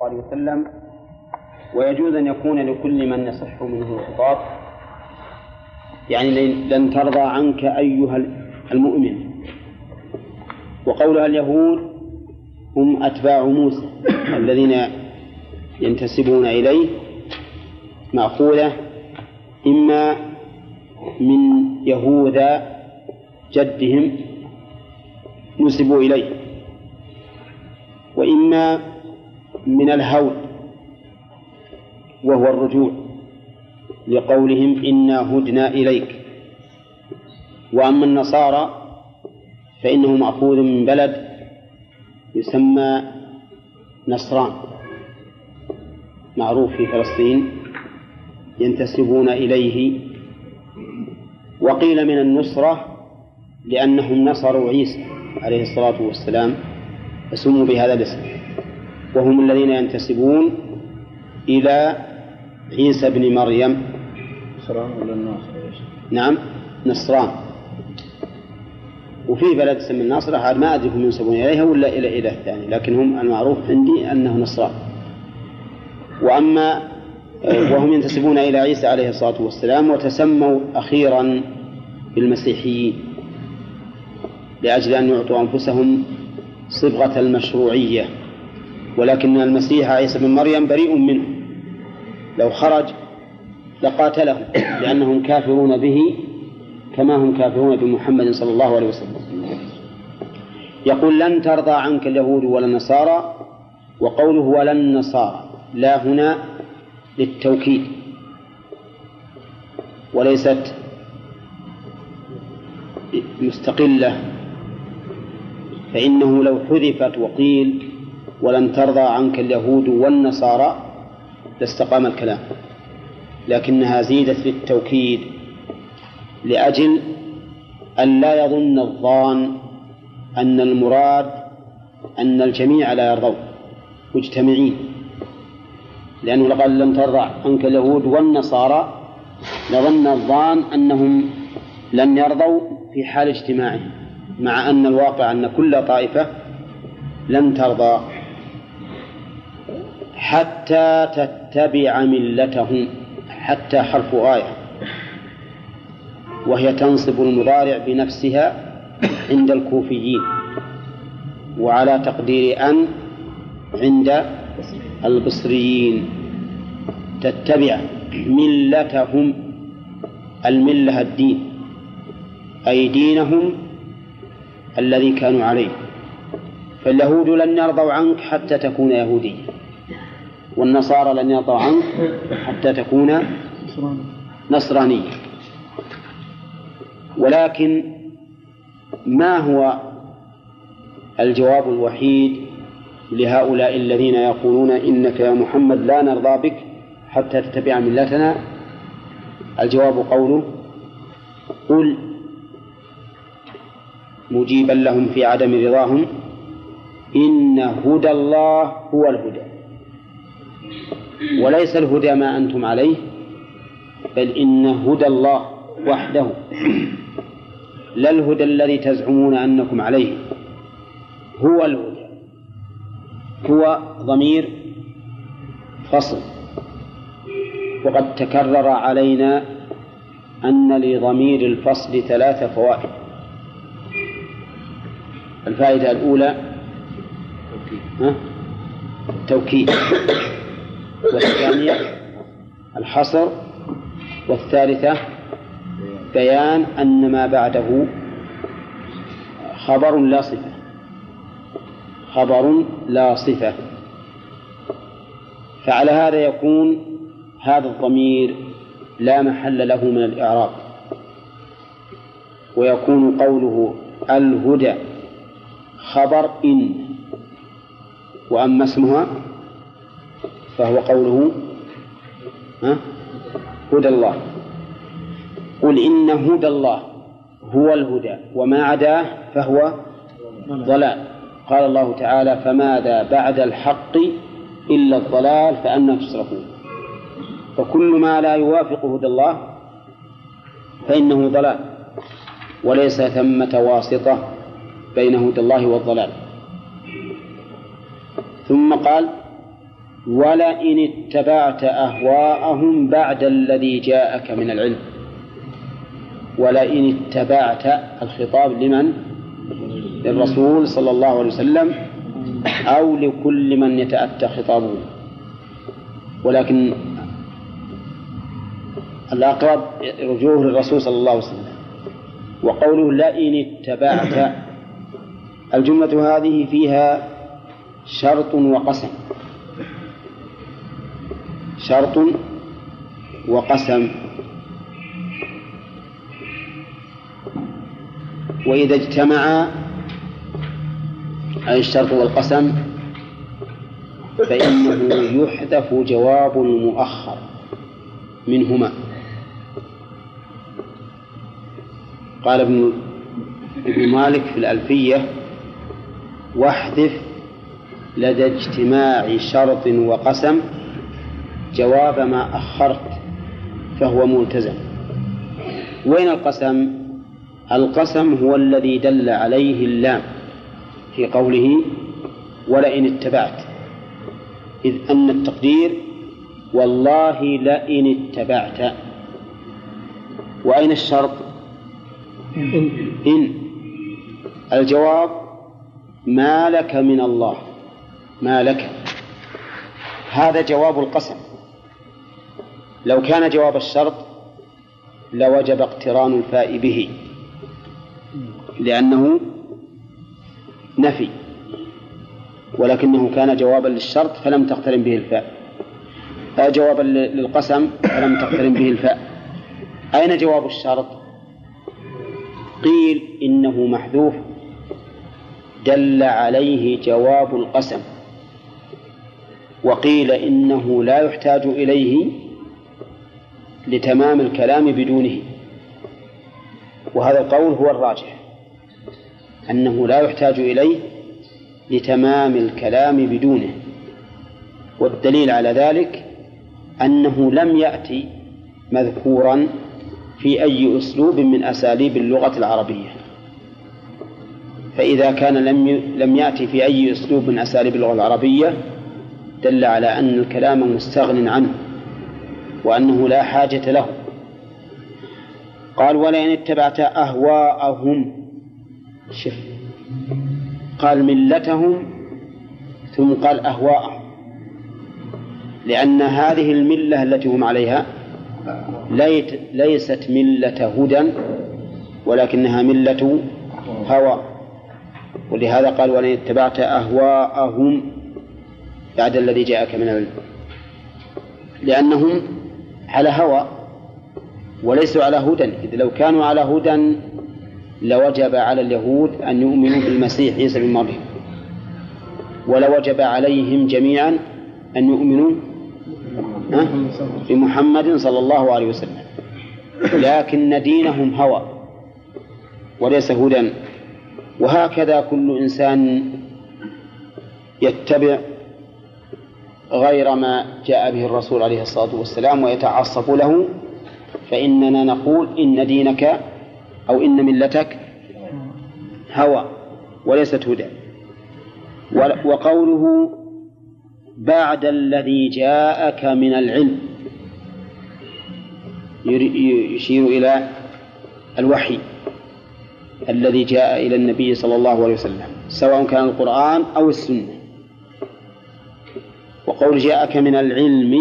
عليه وسلم. ويجوز أن يكون لكل من يصح منه الخطاب، يعني لن ترضى عنك أيها المؤمن. وقولها اليهود هم أتباع موسى الذين ينتسبون إليه مأخوذة إما من يهوذا جدهم نسبوا إليه، وإما من الهود وهو الرجوع لقولهم إنا هدنا إليك. وأما النصارى فإنه مأخوذ من بلد يسمى نصران معروف في فلسطين ينتسبون إليه. وقيل من النصرة لأنهم نصروا عيسى عليه الصلاة والسلام فسموا بهذا الاسم، وهم الذين ينتسبون إلى عيسى بن مريم. نصران ولا الناصر؟ نعم نصران. وفي بلد اسمه الناصرة هذا ما أدري هم ينسبون إليها ولا إلى إله الثاني، لكن هم المعروف عندي أنه نصران. وهم ينتسبون إلى عيسى عليه الصلاة والسلام، وتسموا أخيرا بالمسيحيين لأجل أن يعطوا أنفسهم صبغة المشروعية، ولكن المسيح عيسى بن مريم بريء منه، لو خرج لقاتلهم لأنهم كافرون به كما هم كافرون بمحمد صلى الله عليه وسلم. يقول لن ترضى عنك اليهود ولا النصارى، وقوله ولا النصارى لا هنا للتوكيد وليست مستقلة، فإنه لو حذفت وقيل ولن ترضى عنك اليهود والنصارى لاستقام الكلام، لكنها زيدت للتوكيد لأجل أن لا يظن الظان أن المراد أن الجميع لا يرضون مجتمعين، لأنه لقد لم ترضى عنك اليهود والنصارى لظن الظان أنهم لن يرضوا في حال اجتماعهم، مع أن الواقع أن كل طائفة لن ترضى حتى تتبع ملتهم. حتى حرف آية وهي تنصب المضارع بنفسها عند الكوفيين، وعلى تقدير أن عند البصريين. تتبع ملتهم، الملة الدين، أي دينهم الذي كانوا عليه. فاليهود لن يرضوا عنك حتى تكون يهوديا، والنصارى لن يرضوا عنك حتى تكون نصرانيا. ولكن ما هو الجواب الوحيد لهؤلاء الذين يقولون إنك يا محمد لا نرضى بك حتى تتبع ملتنا؟ الجواب قوله قل مجيبا لهم في عدم رضاهم إن هدى الله هو الهدى، وليس الهدى ما أنتم عليه، بل إن هدى الله وحده، لا الهدى الذي تزعمون أنكم عليه، هو الهدى. هو ضمير فصل، وقد تكرر علينا أن لضمير الفصل 3 فوائد. الفائدة الأولى التوكيد، والثانية الحصر، والثالثة بيان أن ما بعده خبر لا صفة، خبر لا صفة. فعلى هذا يكون هذا الضمير لا محل له من الإعراب، ويكون قوله الهدى خبر إن، وأما اسمها فهو قوله هدى الله. قل إن هدى الله هو الهدى وما عداه فهو ضلال. قال الله تعالى فماذا بعد الحق إلا الضلال فأنى تصرفون. فكل ما لا يوافق هدى الله فإنه ضلال، وليس ثمة واسطة بين هدى الله والضلال. ثم قال ولئن اتبعت أهواءهم بعد الذي جاءك من العلم. ولئن اتبعت، الخطاب لمن؟ للرسول صلى الله عليه وسلم أو لكل من يتأتى خطابه، ولكن الأقرب رجوع للرسول صلى الله عليه وسلم. وقوله لئن اتبعت، الجملة هذه فيها شرط وقسم، شرط وقسم. وإذا اجتمعا أي الشرط والقسم فإنه يحذف جواب المؤخر منهما. قال ابن مالك في الألفية: واحذف لدى اجتماع شرط وقسم جواب ما أخرت فهو ملتزم. وين القسم؟ القسم هو الذي دل عليه اللام في قوله ولئن اتبعت، إذ أن التقدير والله لئن اتبعت. وأين الشرط؟ إن. الجواب ما لك من الله، ما لك، هذا جواب القسم. لو كان جواب الشرط لوجب اقتران الفاء به لأنه نفي، ولكنه كان جوابا للشرط فلم تقترن به الفاء، جوابا للقسم فلم تقترن به الفاء. أين جواب الشرط؟ قيل إنه محذوف دل عليه جواب القسم، وقيل إنه لا يحتاج إليه لتمام الكلام بدونه. وهذا القول هو الراجح، أنه لا يحتاج إليه لتمام الكلام بدونه. والدليل على ذلك أنه لم يأتي مذكورا في أي أسلوب من أساليب اللغة العربية، فإذا كان لم يأتي في أي أسلوب من أساليب اللغة العربية دل على أن الكلام مستغن عنه وأنه لا حاجة له. قال ولئن اتبعت أهواءهم، شف، قال ملتهم ثم قال أهواءهم، لأن هذه الملة التي هم عليها ليست ملة هدى ولكنها ملة هوى. ولهذا قال ولئن اتبعت أهواءهم بعد الذي جاءك من العلم، لأنهم على هوى وليسوا على هدى. إذ لو كانوا على هدى لوجب على اليهود أن يؤمنوا بالمسيح عيسى بن مريم، ولوجب عليهم جميعا أن يؤمنوا بمحمد صلى الله عليه وسلم، لكن دينهم هوى وليس هدى. وهكذا كل إنسان يتبع غير ما جاء به الرسول عليه الصلاة والسلام ويتعصب له، فإننا نقول إن دينك أو إن ملتك هوى وليست هدى. وقوله بعد الذي جاءك من العلم يشير إلى الوحي الذي جاء إلى النبي صلى الله عليه وسلم سواء كان القرآن أو السنة. وقول جاءك من العلم،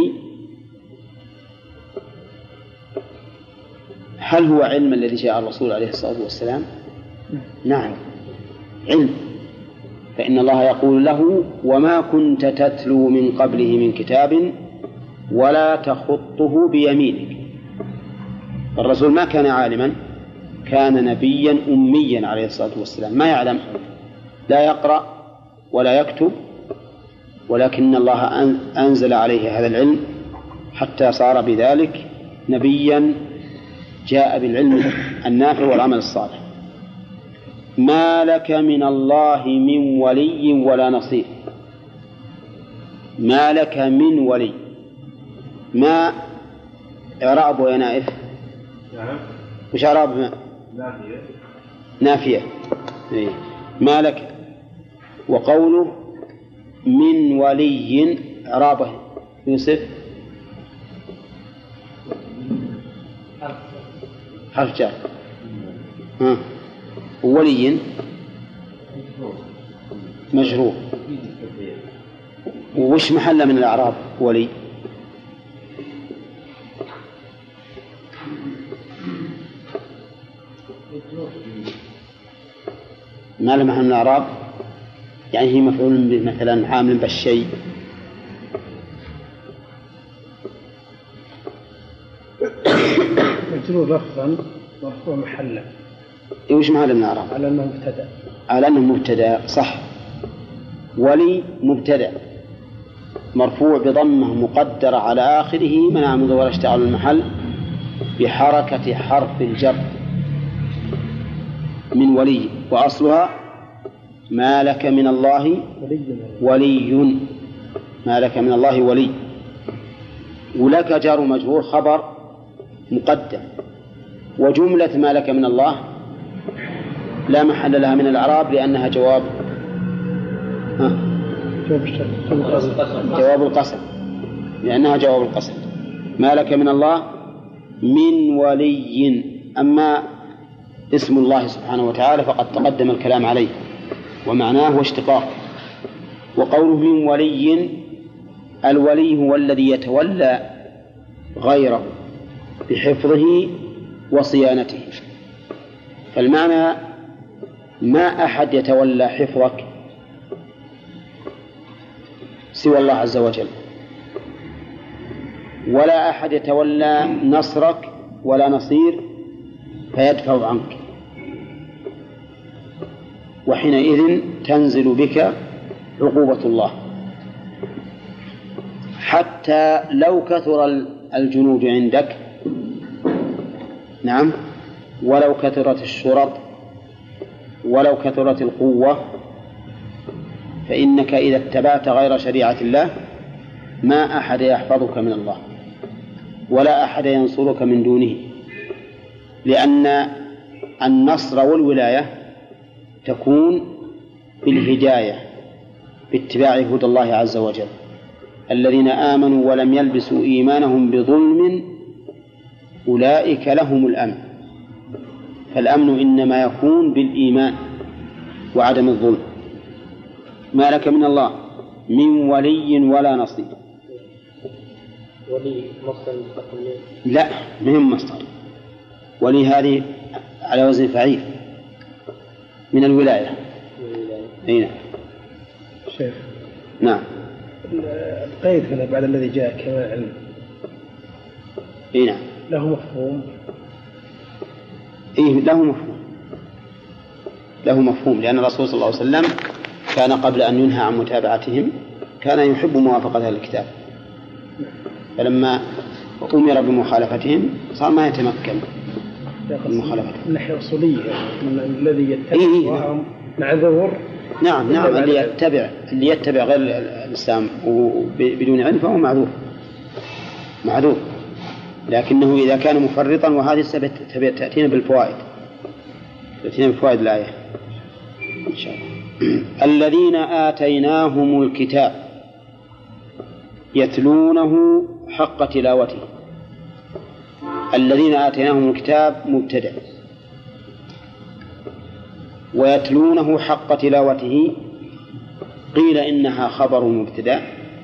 هل هو علم الذي جاء الرسول عليه الصلاة والسلام؟ نعم علم، فإن الله يقول له وما كنت تتلو من قبله من كتاب ولا تخطه بيمينك. الرسول ما كان عالما، كان نبيا أميا عليه الصلاة والسلام، ما يعلم، لا يقرأ ولا يكتب، ولكن الله أنزل عليه هذا العلم حتى صار بذلك نبيا جاء بالعلم النافع والعمل الصالح. ما لك من الله من ولي ولا نصير. ما لك من ولي، ما إعرابه يا نائف؟ وش إعراب ما؟ نافية. ما لك. وقوله من ولي إعرابه يوسف؟ حرف جر. ولي مجرور. وش محل من الأعراب ولي؟ ما له محل من الأعراب، يعني هي مفعول مثلا عامل بالشيء. مجرور لفظا مرفوع محلا. وش محل من الأعراب؟ على أنه مبتدأ. على أنه مبتدأ، صح. ولي مبتدأ مرفوع بضمة مقدرة على آخره منع من ظهور اشتغال المحل بحركة حرف الجر من ولي، وأصلها ما لك من الله ولي. ما لك من الله ولي. ولك جار مجرور خبر مقدم، وجملة ما لك من الله لا محل لها من الإعراب لأنها جواب القسم، لأنها جواب القسم. ما لك من الله من ولي. أما اسم الله سبحانه وتعالى فقد تقدم الكلام عليه ومعناه هو اشتقاق. وقوله من ولي، الولي هو الذي يتولى غيره بحفظه وصيانته. فالمعنى ما أحد يتولى حفظك سوى الله عز وجل، ولا أحد يتولى نصرك ولا نصير فيدفع عنك، وحينئذ تنزل بك عقوبة الله. حتى لو كثر الجنود عندك، نعم، ولو كثرت الشرط، ولو كثرت القوة، فإنك إذا اتبعت غير شريعة الله ما أحد يحفظك من الله ولا أحد ينصرك من دونه، لأن النصر والولاية تكون بالهداية باتباع هدى الله عز وجل. الذين آمنوا ولم يلبسوا إيمانهم بظلم أولئك لهم الأمن. فالأمن إنما يكون بالإيمان وعدم الظلم. ما لك من الله من ولي ولا نصير. ولي مصدر مستقل؟ لا، مهم مصدر. ولي هذه على وزن فعيل من الولاية. أين شيخ؟ نعم. القيد هنا بعد الذي جاء كما علم. نعم. له مفهوم. له مفهوم لأن الرسول صلى الله عليه وسلم كان قبل أن ينهى عن متابعتهم كان يحب موافقة أهل الكتاب، فلما أمر بمخالفتهم صار ما يتمكن من مخالفتهم. من ناحية أصولية من الذي يتبع معذور. نعم اللي يتبع غير الإسلام بدون علم فهو معذور. لكنه إذا كان مفرطا، وهذه تأتينا بالفوائد الآية إن شاء الله. الذين آتيناهم الكتاب يتلونه حق تلاوته. الذين آتيناهم الكتاب مبتدأ، ويتلونه حق تلاوته قيل إنها خبر مبتدأ،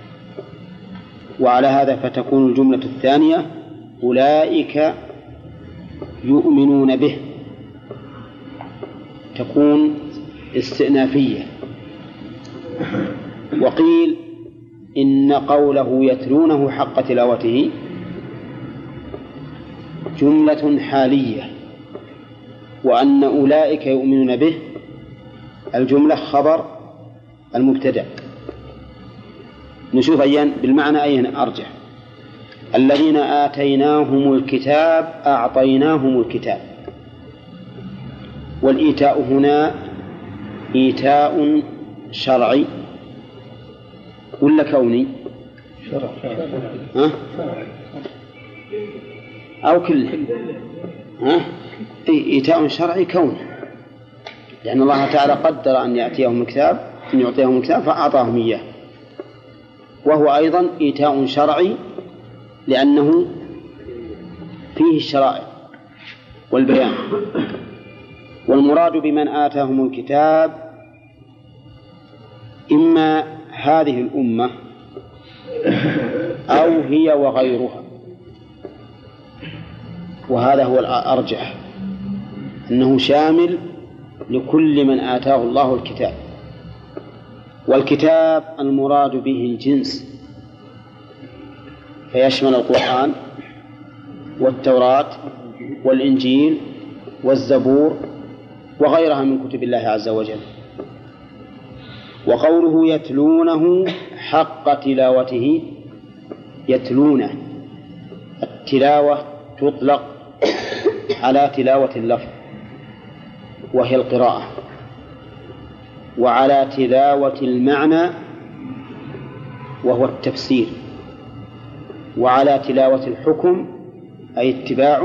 وعلى هذا فتكون الجملة الثانية أولئك يؤمنون به، تكون استئنافية. وقيل إن قوله يتلونه حق تلاوته جملة حالية، وأن أولئك يؤمنون به الجملة خبر المبتدأ. نشوف بالمعنى أين أرجح. الذين آتيناهم الكتاب أعطيناهم الكتاب، والإيتاء هنا إيتاء شرعي ولا كوني؟ أو كله؟ إيتاء شرعي كوني، لأن الله تعالى قدر أن يعطيهم الكتاب فأعطاهم إياه. وهو أيضا إيتاء شرعي لأنه فيه الشرائع والبيان. والمراد بمن آتاهم الكتاب إما هذه الأمة أو هي وغيرها، وهذا هو الأرجح، أنه شامل لكل من آتاه الله الكتاب. والكتاب المراد به الجنس، فيشمل القرآن والتوراة والإنجيل والزبور وغيرها من كتب الله عز وجل. وقوله يتلونه حق تلاوته، يتلونه، التلاوة تطلق على تلاوة اللفظ وهي القراءة، وعلى تلاوة المعنى وهو التفسير، وعلى تلاوة الحكم أي اتباعه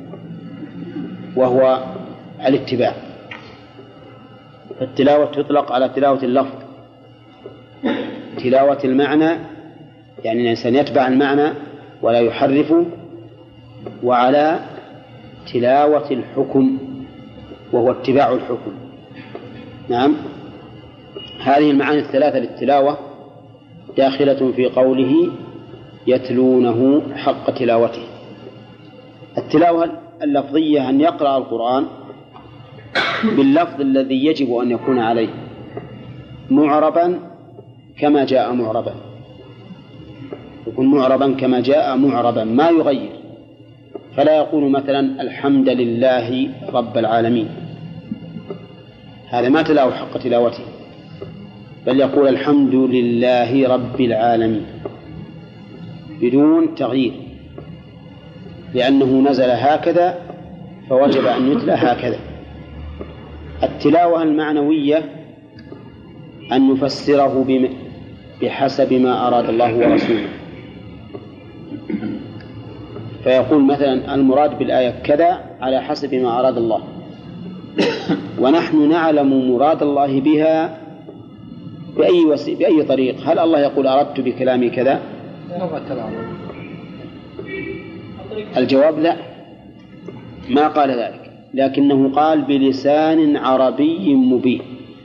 وهو الاتباع. فالتلاوة تطلق على تلاوة اللفظ، تلاوة المعنى يعني الإنسان يتبع المعنى ولا يحرفه، وعلى تلاوة الحكم وهو اتباع الحكم. نعم، هذه المعاني الثلاثة للتلاوة داخلة في قوله يتلونه حق تلاوته. التلاوة اللفظية أن يقرأ القرآن باللفظ الذي يجب أن يكون عليه، معربا كما جاء معربا، يكون معربا كما جاء معربا ما يغير، فلا يقول مثلا الحمد لله رب العالمين، هذا ما تلاه حق تلاوته، بل يقول الحمد لله رب العالمين بدون تغيير، لأنه نزل هكذا فوجب أن يتلى هكذا. التلاوة المعنوية أن نفسره بحسب ما أراد الله ورسوله، فيقول مثلا المراد بالآية كذا على حسب ما أراد الله، ونحن نعلم مراد الله بها بأي طريق. هل الله يقول أردت بكلامي كذا؟ الجواب لا، ما قال ذلك، لكنه قال بلسان عربي مبين،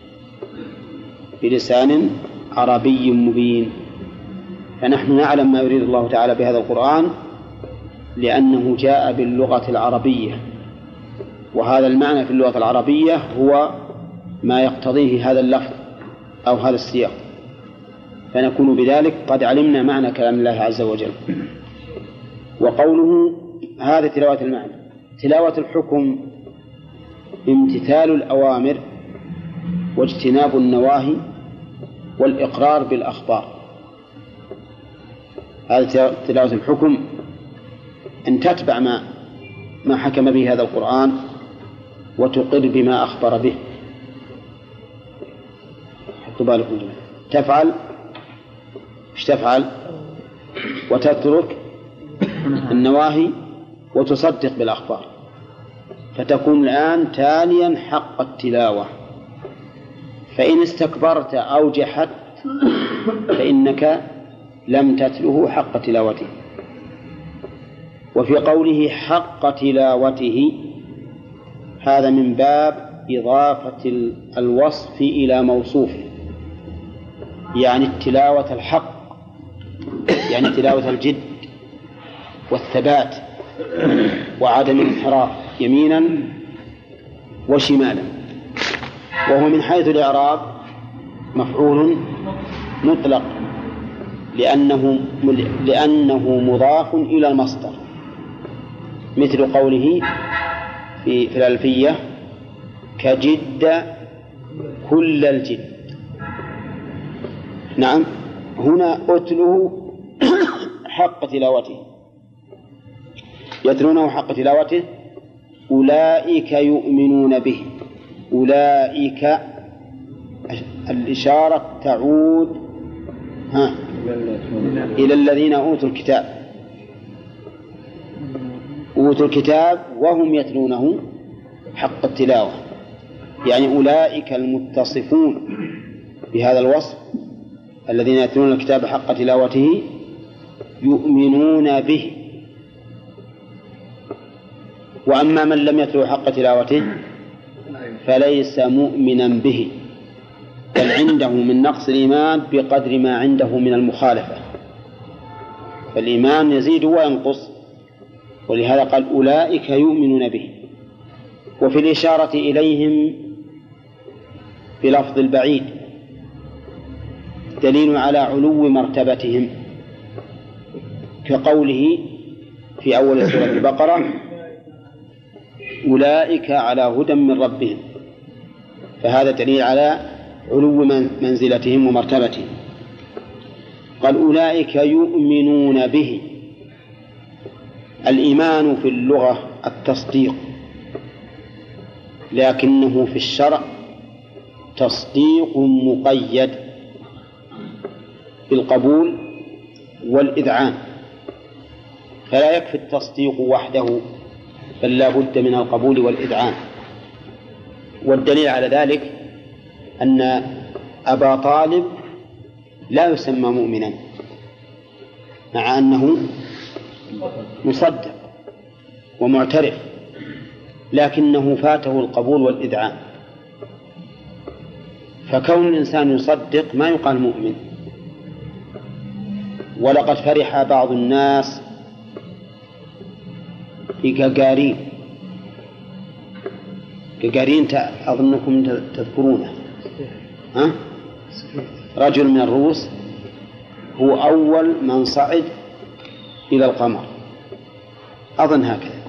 بلسان عربي مبين. فنحن نعلم ما يريد الله تعالى بهذا القرآن لأنه جاء باللغة العربية، وهذا المعنى في اللغة العربية هو ما يقتضيه هذا اللفظ أو هذا السياق، فنكون بذلك قد علمنا معنى كلام الله عز وجل. وقوله هذا تلاوة المعنى. تلاوة الحكم امتثال الأوامر واجتناب النواهي والإقرار بالأخبار، هذا تلاوة الحكم، أن تتبع ما حكم به هذا القرآن وتقر بما أخبر به. حطوا بالكم، تفعل ايش تفعل وتترك النواهي وتصدق بالأخبار، فتكون الآن تاليا حق التلاوة. فإن استكبرت أو جحدت فإنك لم تتله حق تلاوته. وفي قوله حق تلاوته هذا من باب إضافة الوصف إلى موصوفه، يعني التلاوة الحق، يعني تلاوة الجد والثبات وعدم الانحراف يمينا وشمالا. وهو من حيث الإعراب مفعول مطلق لأنه مضاف إلى المصدر، مثل قوله في الألفية كجد كل الجد. نعم، هنا أتله حق تلاوته، يتلونه حق تلاوته. أولئك يؤمنون به، أولئك الإشارة تعود إلى الذين أوتوا الكتاب، أوتوا الكتاب وهم يتلونه حق التلاوة، يعني أولئك المتصفون بهذا الوصف الذين يتلون الكتاب حق تلاوته يؤمنون به. وأما من لم يتلو حق تلاوته فليس مؤمنا به، بل عنده من نقص الإيمان بقدر ما عنده من المخالفة، فالإيمان يزيد وينقص. ولهذا قال أولئك يؤمنون به. وفي الإشارة إليهم بلفظ البعيد دليل على علو مرتبتهم، كقوله في أول سورة البقرة أولئك على هدى من ربهم، فهذا دليل على علو منزلتهم ومرتبتهم. قال أولئك يؤمنون به. الإيمان في اللغة التصديق، لكنه في الشرع تصديق مقيد بالقبول والإذعان، فلا يكفي التصديق وحده، بل لا بد من القبول والإذعان. والدليل على ذلك أن أبا طالب لا يسمى مؤمنا مع أنه مصدق ومعترف، لكنه فاته القبول والإذعان. فكون الإنسان يصدق ما يقال مؤمن. ولقد فرح بعض الناس بجاجارين، جاجارين أظنكم تذكرونه، رجل من الروس هو أول من صعد إلى القمر، أظن هكذا.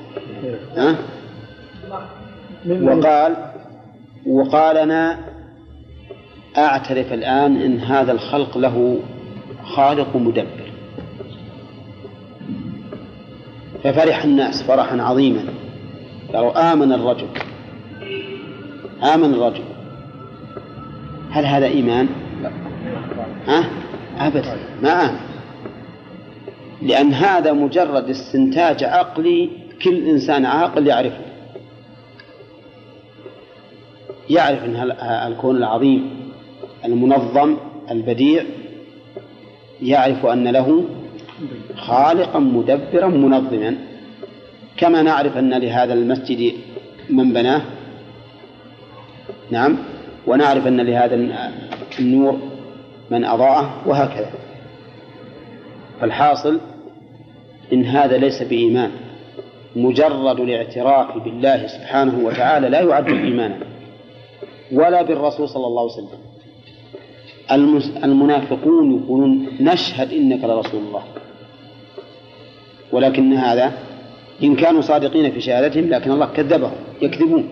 وقال أنا أعترف الآن إن هذا الخلق له خالق مدبر. ففرح الناس فرحا عظيما، قالوا آمن الرجل. هل هذا إيمان؟ أبدا ما آمن، لأن هذا مجرد استنتاج عقلي كل إنسان عاقل يعرف أن الكون العظيم المنظم البديع يعرف أن له خالقا مدبرا منظما، كما نعرف أن لهذا المسجد من بناه، نعم، ونعرف أن لهذا النور من أضاءه، وهكذا. فالحاصل إن هذا ليس بإيمان، مجرد الاعتراف بالله سبحانه وتعالى لا يعد إيمانا، ولا بالرسول صلى الله عليه وسلم. المنافقون يقولون نشهد إنك لرسول الله، ولكن هذا إن كانوا صادقين في شهادتهم لكن الله كذبهم، يكذبون،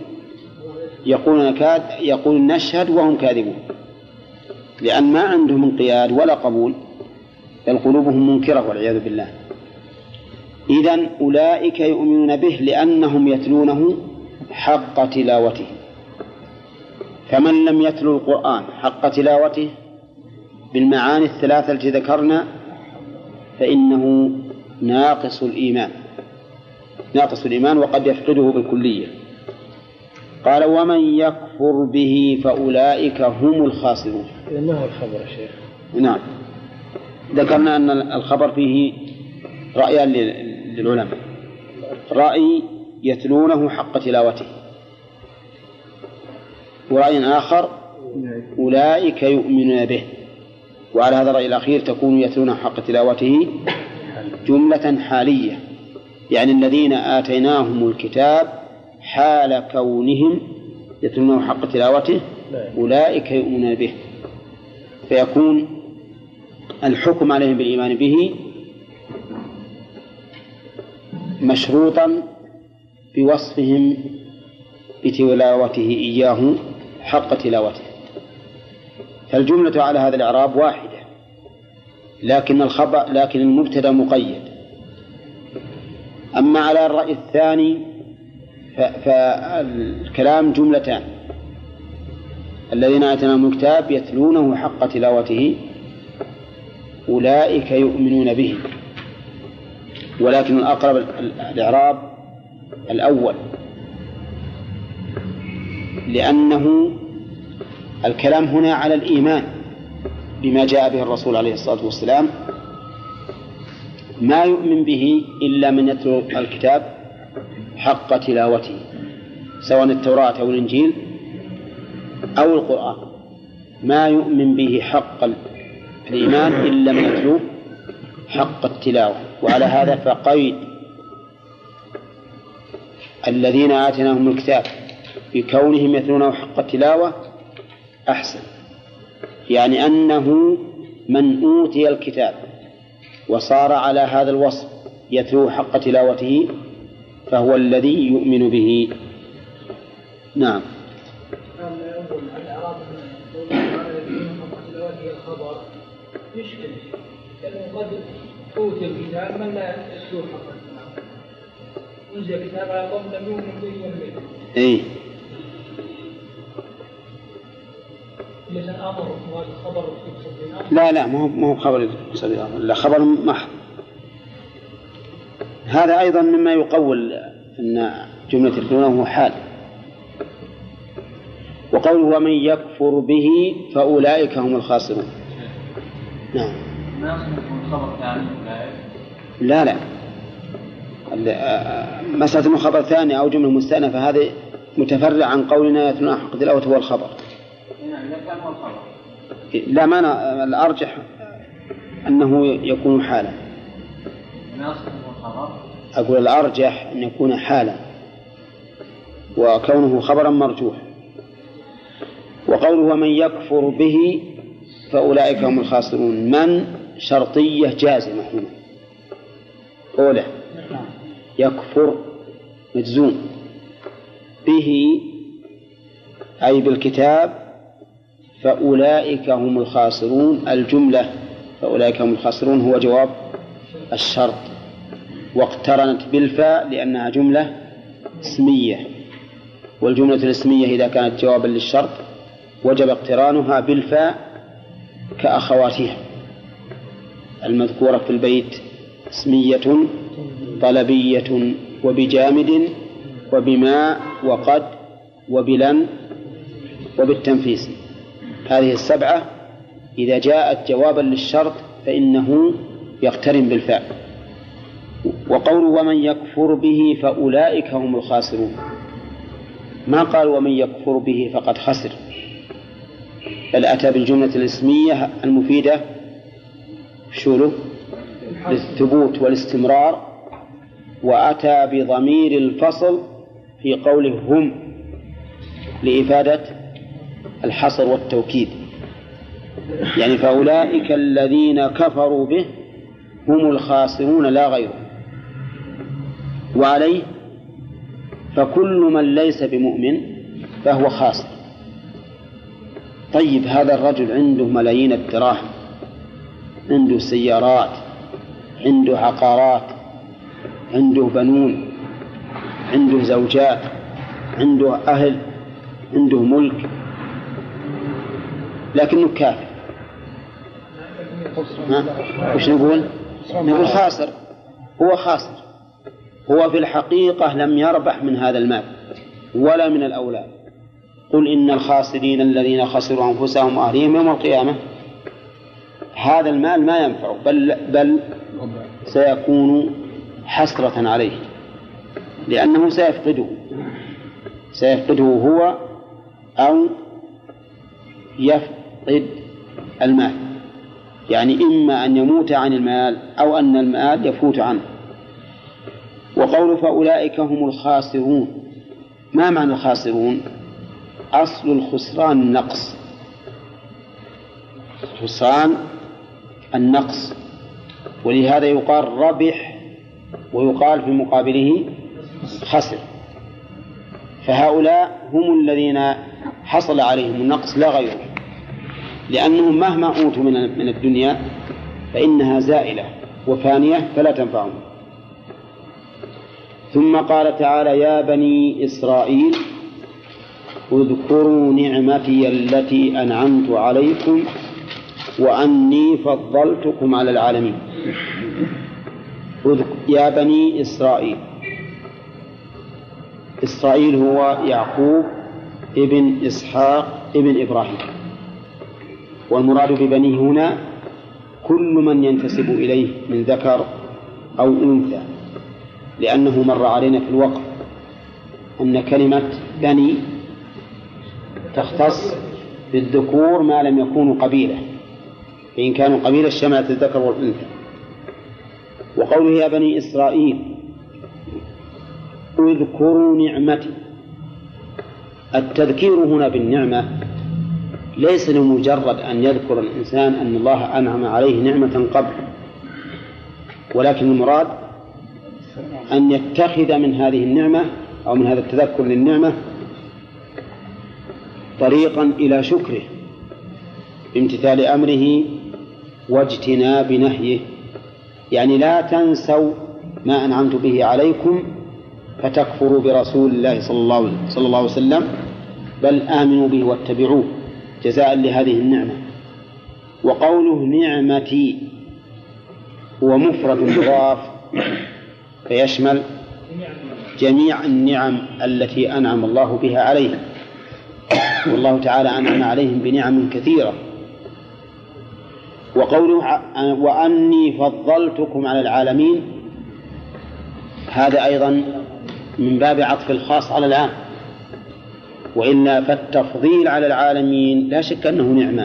يقولون نشهد وهم كاذبون، لأن ما عندهم انقياد ولا قبول، بل قلوبهم منكرة والعياذ بالله. إذن أولئك يؤمنون به لأنهم يتلونه حق تلاوته. فمن لم يتلو القرآن حق تلاوته بالمعاني الثلاثة التي ذكرنا فإنه ناقص الإيمان وقد يفقده بالكلية. قال ومن يكفر به فأولئك هم الخاسرون. ما هو الخبر يا شيخ؟ نعم، ذكرنا أن الخبر فيه رأيان للعلماء: رأي يتلونه حق تلاوته، ورأي آخر أولئك يؤمنون به. وعلى هذا الرأي الأخير تكون يتلون حق تلاوته جملة حالية، يعني الذين آتيناهم الكتاب حال كونهم يتلونه حق تلاوته أولئك يؤمنون به، فيكون الحكم عليهم بالإيمان به مشروطا بوصفهم بتلاوته إياه حق تلاوته. فالجملة على هذا الإعراب واحدة، لكن المبتدأ مقيد. أما على الرأي الثاني فالكلام جملتان: الذين آتيناهم الكتاب يتلونه حق تلاوته أولئك يؤمنون به، ولكن الأقرب الإعراب الأول، لأنه الكلام هنا على الإيمان بما جاء به الرسول عليه الصلاة والسلام ما يؤمن به إلا من يتلو الكتاب حق تلاوته، سواء التوراة أو الإنجيل أو القرآن، ما يؤمن به حق الإيمان إلا من يتلو حق التلاوة. وعلى هذا فقيد الذين آتيناهم الكتاب بكونهم يتلونه حق التلاوة أحسن، يعني أنه من أوتي الكتاب وصار على هذا الوصف يتلوه حق تلاوته فهو الذي يؤمن به. نعم. يشكل لأنه قد أوتي الكتاب من لا يتلوه حق التلاوة، أنزل الكتاب على قوم لم يؤمنوا به والمئة. إيه. لا ما هو خبر لا خبر محض. هذا أيضا مما يقول أن جملة يتلونه حال. وقوله ومن يكفر به فأولئك هم الخاسرون. نعم. لا مسألة أنه خبر ثاني أو جملة مستأنفة هذه متفرع عن قولنا يتلون حق تلاوة هو الخبر. لا ما الأرجح أنه يكون حالا. أقول الأرجح أن يكون حالا وكونه خبرا مرجوح. وقوله ومن يكفر به فأولئك هم الخاسرون من شرطية جازمة هنا. أولى يكفر مجزوم به أي بالكتاب فأولئك هم الخاسرون. الجملة فأولئك هم الخاسرون هو جواب الشرط واقترنت بالفاء لأنها جملة اسمية، والجملة الاسمية إذا كانت جوابا للشرط وجب اقترانها بالفاء كأخواتها المذكورة في البيت اسمية طلبية وبجامد وبما وقد وبلن وبالتنفيس. هذه السبعة إذا جاءت جوابا للشرط فإنه يقترن بالفاء. وقول ومن يكفر به فأولئك هم الخاسرون ما قال ومن يكفر به فقد خسر، بل أتى بالجملة الاسمية المفيدة شوله للثبوت والاستمرار، وأتى بضمير الفصل في قوله هم لإفادة الحصر والتوكيد، يعني فأولئك الذين كفروا به هم الخاسرون لا غيره. وعليه فكل من ليس بمؤمن فهو خاسر. طيب هذا الرجل عنده ملايين الدراهم، عنده سيارات، عنده عقارات، عنده بنون، عنده زوجات، عنده أهل، عنده ملك، لكنه كافر. وش نقول؟ نقول خاسر. هو خاسر، هو في الحقيقة لم يربح من هذا المال ولا من الأولاد. قل إن الخاسرين الذين خسروا أنفسهم وأهليهم يوم القيامة. هذا المال ما ينفع بل سيكون حسرة عليه، لأنه سيفقده هو أو يفقد المال، يعني إما أن يموت عن المال أو أن المال يفوت عنه. وقول فأولئك هم الخاسرون، ما معنى الخاسرون؟ أصل الخسران النقص، الخسران النقص، ولهذا يقال ربح ويقال في مقابله خسر. فهؤلاء هم الذين حصل عليهم النقص لا غيره، لأنهم مهما أوتوا من الدنيا فإنها زائلة وفانية فلا تنفعهم. ثم قال تعالى يا بني إسرائيل اذكروا نعمتي التي أنعمت عليكم وأني فضلتكم على العالمين. يا بني إسرائيل، إسرائيل هو يعقوب ابن إسحاق ابن إبراهيم، والمراد ببنيه هنا كل من ينتسب إليه من ذكر أو أنثى، لأنه مر علينا في الوقت أن كلمة بني تختص بالذكور ما لم يكونوا قبيلة، فإن كانوا قبيلة شملت الذكر والأنثى. وقوله يا بني إسرائيل اذكروا نعمتي، التذكير هنا بالنعمة ليس لمجرد أن يذكر الإنسان أن الله أنعم عليه نعمة قبل، ولكن المراد أن يتخذ من هذه النعمة أو من هذا التذكر للنعمة طريقا إلى شكره بامتثال أمره واجتناب نهيه. يعني لا تنسوا ما أنعمت به عليكم فتكفروا برسول الله صلى الله عليه وسلم، بل آمنوا به واتبعوه جزاء لهذه النعمة. وقوله نعمتي هو مفرد مضاف فيشمل جميع النعم التي أنعم الله بها عليهم، والله تعالى أنعم عليهم بنعم كثيرة. وقوله وأني فضلتكم على العالمين، هذا أيضا من باب عطف الخاص على العام، وإلا فالتفضيل على العالمين لا شك أنه نعمة،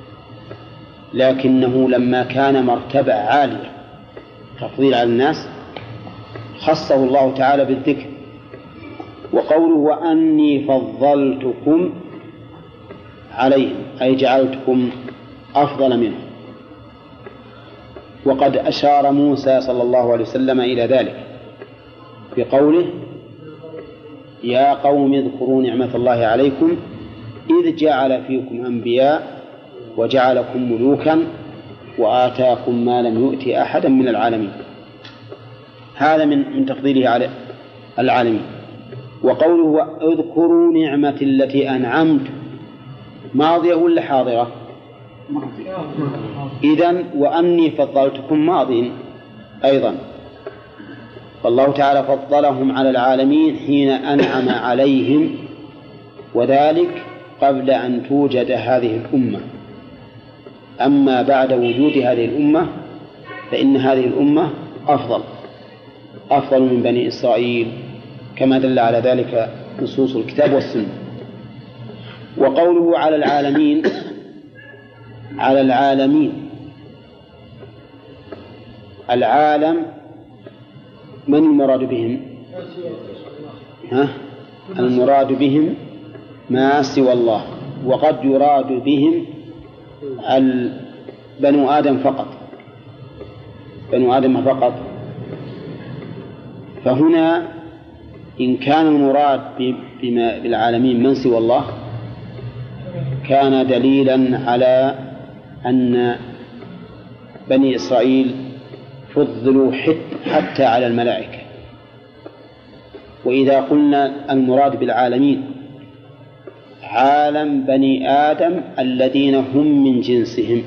لكنه لما كان مرتبة عالية تفضيل على الناس خصه الله تعالى بالذكر. وقوله وأني فضلتكم عليهم أي جعلتكم أفضل منهم. وقد أشار موسى صلى الله عليه وسلم إلى ذلك بقوله يا قوم اذكروا نعمة الله عليكم إذ جعل فيكم أنبياء وجعلكم ملوكا وآتاكم ما لم يؤت أحدا من العالمين. هذا من تفضيله على العالمين. وقوله اذكروا نعمة التي أنعمت ماضية ولا حاضرة؟ إذن وأني فضلتكم ماضٍ أيضا، فالله تعالى فضلهم على العالمين حين أنعم عليهم، وذلك قبل أن توجد هذه الأمة. أما بعد وجود هذه الأمة فإن هذه الأمة أفضل من بني إسرائيل كما دل على ذلك نصوص الكتاب والسنة. وقوله على العالمين العالم من المراد بهم؟ المراد بهم ما سوى الله، وقد يراد بهم بنو آدم فقط. فهنا إن كان المراد بالعالمين من سوى الله كان دليلا على أن بني إسرائيل فضلوا حتى على الملائكة. وإذا قلنا المراد بالعالمين عالم بني آدم الذين هم من جنسهم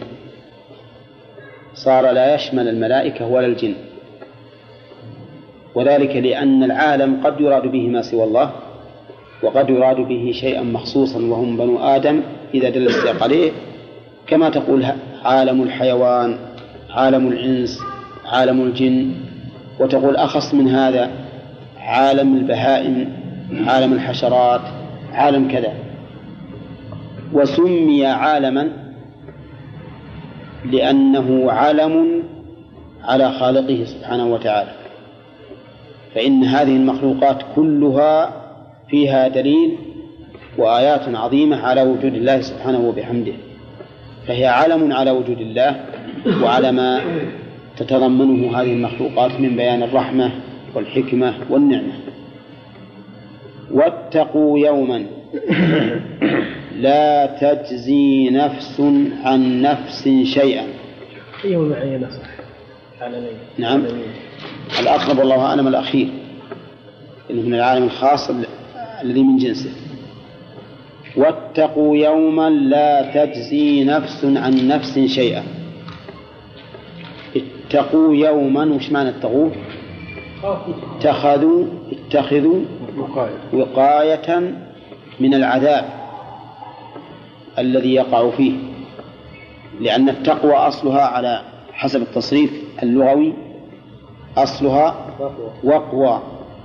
صار لا يشمل الملائكة ولا الجن، وذلك لأن العالم قد يراد به ما سوى الله وقد يراد به شيئا مخصوصا وهم بنو آدم إذا دل السياق عليه، كما تقول عالم الحيوان، عالم الإنس، عالم الجن، وتقول أخص من هذا عالم البهائم، عالم الحشرات، عالم كذا. وسمي عالما لأنه علم على خالقه سبحانه وتعالى، فإن هذه المخلوقات كلها فيها دليل وآيات عظيمة على وجود الله سبحانه وبحمده، فهي علم على وجود الله وعلى ما تتضمنه هذه المخلوقات من بيان الرحمة والحكمة والنعمة. واتقوا يوما لا تجزي نفس عن نفس شيئا. يوم معين صح عالمين. نعم الأقرب والله أعلم الأخير، إنه من العالم الخاص الذي من جنسه. واتقوا يوما لا تجزي نفس عن نفس شيئا. اتقوا يوما، وش معنى اتقوا؟ اتخذوا وقاية من العذاب الذي يقع فيه، لأن التقوى أصلها على حسب التصريف اللغوي أصلها وقوى،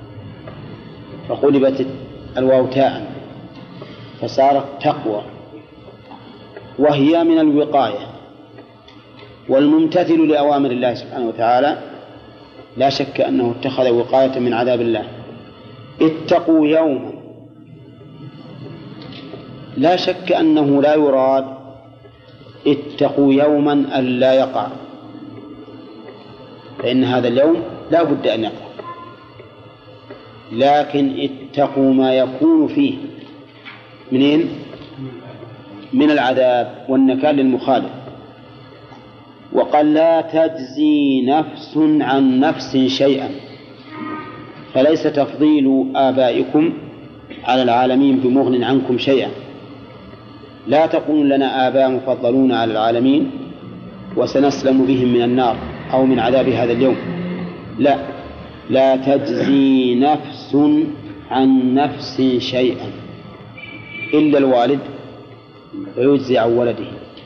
فقلبت الواو تاء فصارت تقوى، وهي من الوقاية. والممتثل لأوامر الله سبحانه وتعالى لا شك أنه اتخذ وقاية من عذاب الله. اتقوا يوما، لا شك أنه لا يراد اتقوا يوما ألا يقع، فإن هذا اليوم لا بد أن يقع، لكن اتقوا ما يكون فيه منين؟ من العذاب والنكال للمخالف. وقال لا تجزي نفس عن نفس شيئا، فليس تفضيل آبائكم على العالمين بمغن عنكم شيئا. لا تقول لنا آباء مفضلون على العالمين وسنسلم بهم من النار أو من عذاب هذا اليوم، لا، لا تجزي نفس عن نفس شيئا إلا الوالد ويجزي عن ولده،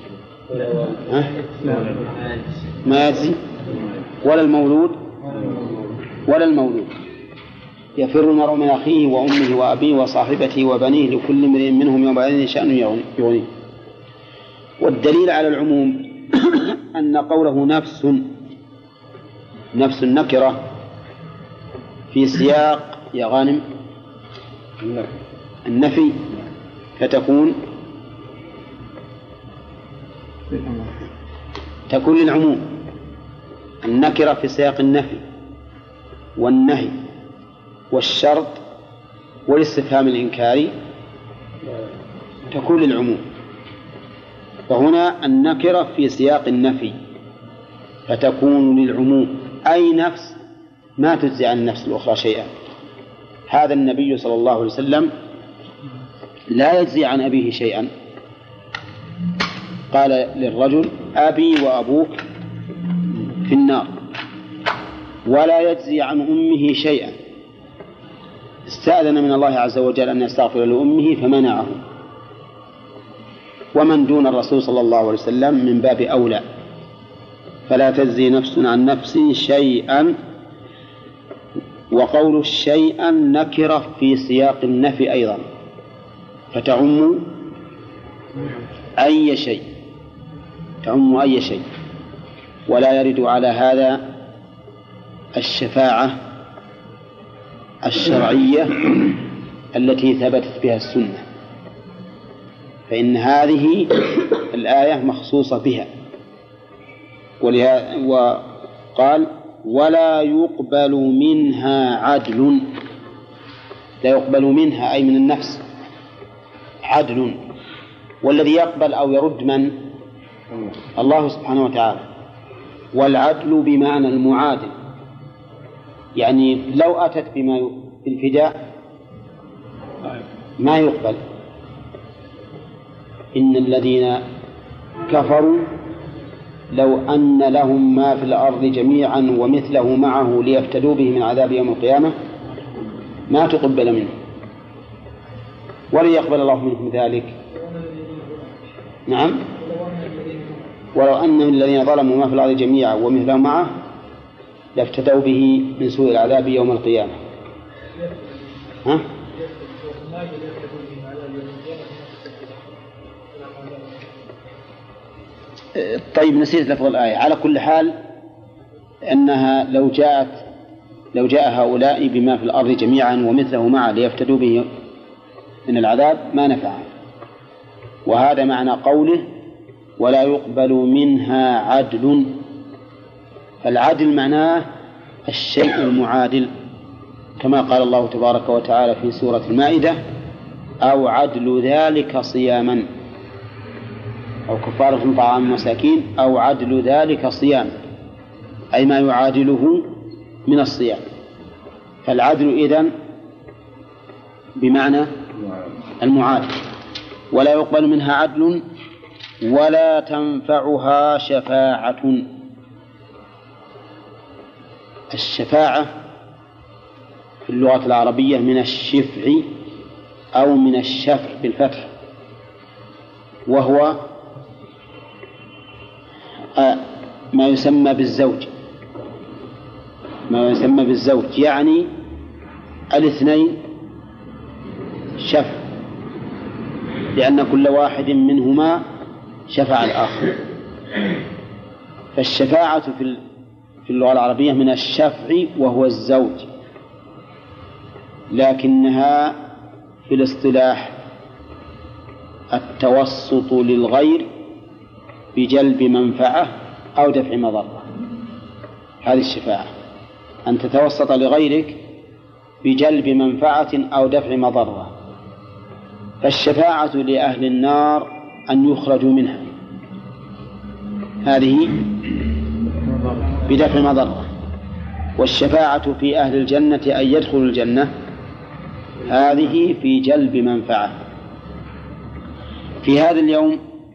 ما يجزي، ولا المولود يفر المرء من أخيه وأمه وأبيه وصاحبته وبنيه لكل امرئ منهم يومئذ شأن يغنيه. والدليل على العموم أن قوله نفس النكرة في سياق يا غانم النفي، فتكون للعموم. النكرة في سياق النفي والنهي والشرط والاستفهام الإنكاري تكون للعموم. فهنا النكرة في سياق النفي فتكون للعموم، أي نفس ما تجزي عن النفس الأخرى شيئا. هذا النبي صلى الله عليه وسلم لا يجزي عن أبيه شيئا، قال للرجل أبي وأبوك في النار، ولا يجزي عن أمه شيئا، استأذن من الله عز وجل أن يستغفر لأمه فمنعه. ومن دون الرسول صلى الله عليه وسلم من باب أولى. فلا تجزي نفس عن نفس شيئا. وقول شيئا نكرة في سياق النفي أيضا فتعم أي شيء، ولا يرد على هذا الشفاعة الشرعية التي ثبتت بها السنة، فإن هذه الآية مخصوصة بها. وقال ولا يقبل منها عدل، لا يقبل منها أي من النفس عدل، والذي يقبل أو يرد من؟ الله سبحانه وتعالى. والعدل بمعنى المعادل، يعني لو أتت بما بالفداء ما يقبل. إن الذين كفروا لو أن لهم ما في الأرض جميعا ومثله معه ليفتدوا به من عذاب يوم القيامة ما تقبل منه ولن يقبل الله منهم ذلك. نعم، ولو أن الذين ظلموا ما في الأرض جميعا ومثله معه لافتدوا به من سوء العذاب يوم القيامة. ها؟ طيب نسيت لفظ الآية. على كل حال أنها لو جاء هؤلاء بما في الأرض جميعا ومثله معه ليفتدوا به من العذاب ما نفع. وهذا معنى قوله ولا يقبل منها عدل. فالعدل معناه الشيء المعادل، كما قال الله تبارك وتعالى في سورة المائدة أو عدل ذلك صياما، أو كفارة طعام مساكين، أو عدل ذلك صيام، أي ما يعادله من الصيام. فالعدل إذن بمعنى المعادل. ولا يقبل منها عدل ولا تنفعها شفاعة. الشفاعة في اللغة العربية من الشفع أو من الشفع بالفتح، وهو ما يسمى بالزوج يعني الاثنين شفع، لأن كل واحد منهما شفع الآخر. فالشفاعة في اللغة العربية من الشفع وهو الزوج، لكنها في الاصطلاح التوسط للغير بجلب منفعة أو دفع مضرة. هذه الشفاعة، أن تتوسط لغيرك بجلب منفعة أو دفع مضرة. فالشفاعة لأهل النار أن يخرجوا منها، هذه بدفع مضرة. والشفاعة في أهل الجنة أن يدخلوا الجنة، هذه في جلب منفعة. في هذا اليوم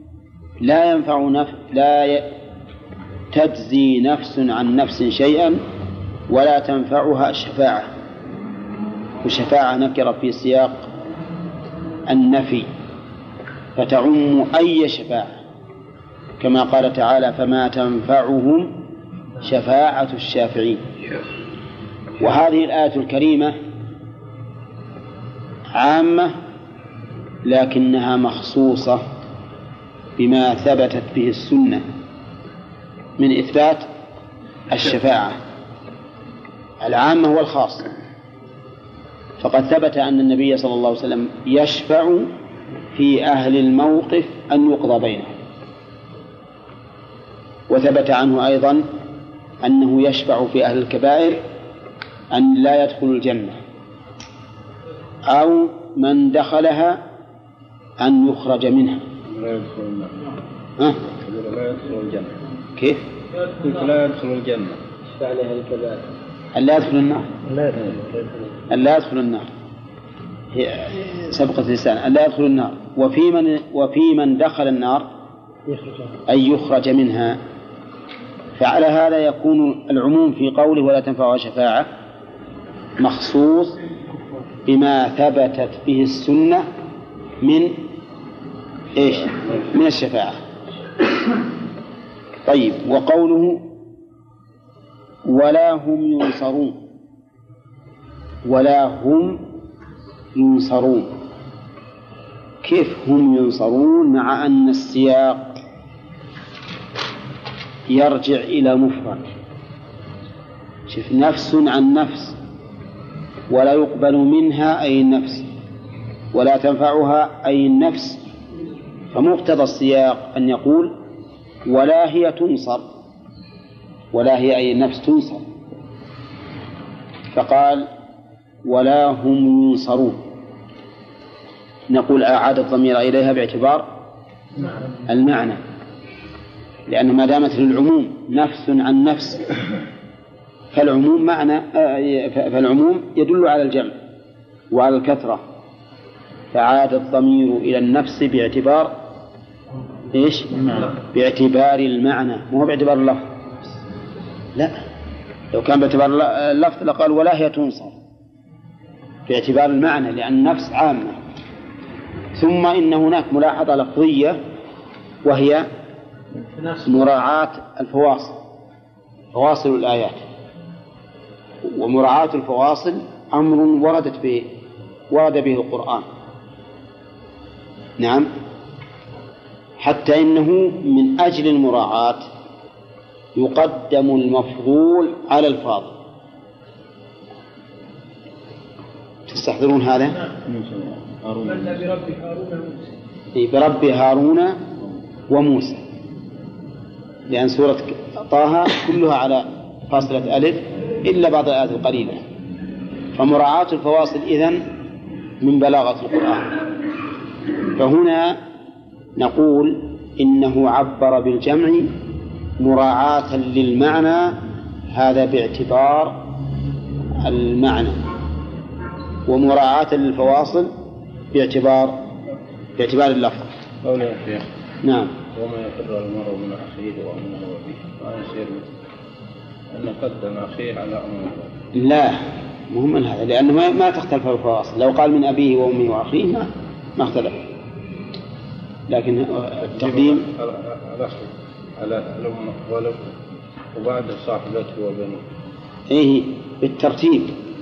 لا تجزي نفس عن نفس شيئا ولا تنفعها شفاعة. وشفاعة نكرة في سياق النفي فتعم أي شفاعة، كما قال تعالى: فما تنفعهم شفاعة الشافعين. وهذه الآية الكريمة عامة لكنها مخصوصة بما ثبتت به السنة من إثبات الشفاعة. العامة هو الخاص، فقد ثبت أن النبي صلى الله عليه وسلم يشفع في أهل الموقف أن يقضى بينهم، وثبت عنه أيضا أنه يشفع في أهل الكبائر أن لا يدخل الجنة، أو من دخلها أن يخرج منها. لا يدخل النار. لا يدخل الجنة. كيف؟ لا يدخل الجنة. يشفع لأهل الكبائر أن لا يدخل النار. أن لا يدخل النار سبقت لسان. أن لا يدخل النار. وفي من دخل النار أن يخرج منها. فعلى هذا يكون العموم في قوله ولا تنفعها شفاعة مخصوص بما ثبتت به السنة من إيش؟ من الشفاعة. طيب، وقوله ولا هم ينصرون، ولا هم ينصرون، كيف هم ينصرون مع أن السياق يرجع إلى مفرد؟ شوف، نفس عن نفس، ولا يقبل منها أي النفس، ولا تنفعها أي النفس. فمقتضى السياق أن يقول ولا هي تنصر، ولا هي أي النفس تنصر، فقال ولا هم ينصرون. نقول أعاد الضمير إليها باعتبار المعنى، لأن ما دامت للعموم نفس عن نفس فالعموم يدل على الجمع وعلى الكثرة، فعاد الضمير إلى النفس باعتبار إيش؟ باعتبار المعنى، مو باعتبار اللفظ. لا، لو كان باعتبار اللفظ لقال ولا هي تنصر، باعتبار المعنى لأن النفس عامة. ثم إن هناك ملاحظة لفظية وهي مراعاة الفواصل، فواصل الآيات. ومراعاة الفواصل أمر ورد به القرآن، نعم، حتى إنه من أجل المراعاة يقدم المفضول على الفاضل. تستحضرون هذا؟ برب هارون وموسى، لأن سورة طه كلها على فاصلة ألف إلا بعض الآيات القليلة. فمراعاة الفواصل إذن من بلاغة القرآن. فهنا نقول إنه عبر بالجمع مراعاة للمعنى، هذا باعتبار المعنى، ومراعاة للفواصل باعتبار اللفظ. نعم. وما يفر المرء من أخيه وأمه وأبيه ما يصير أن قدم أخيه على أمه. لا، مهم من هذا، لأنه ما تختلف الفواصل. لو قال من أبيه وأمه وأخيه ما اختلف، لكن التقديم على الأم ولو وبعد صاحبته وبنيه. إيه بالترتيب،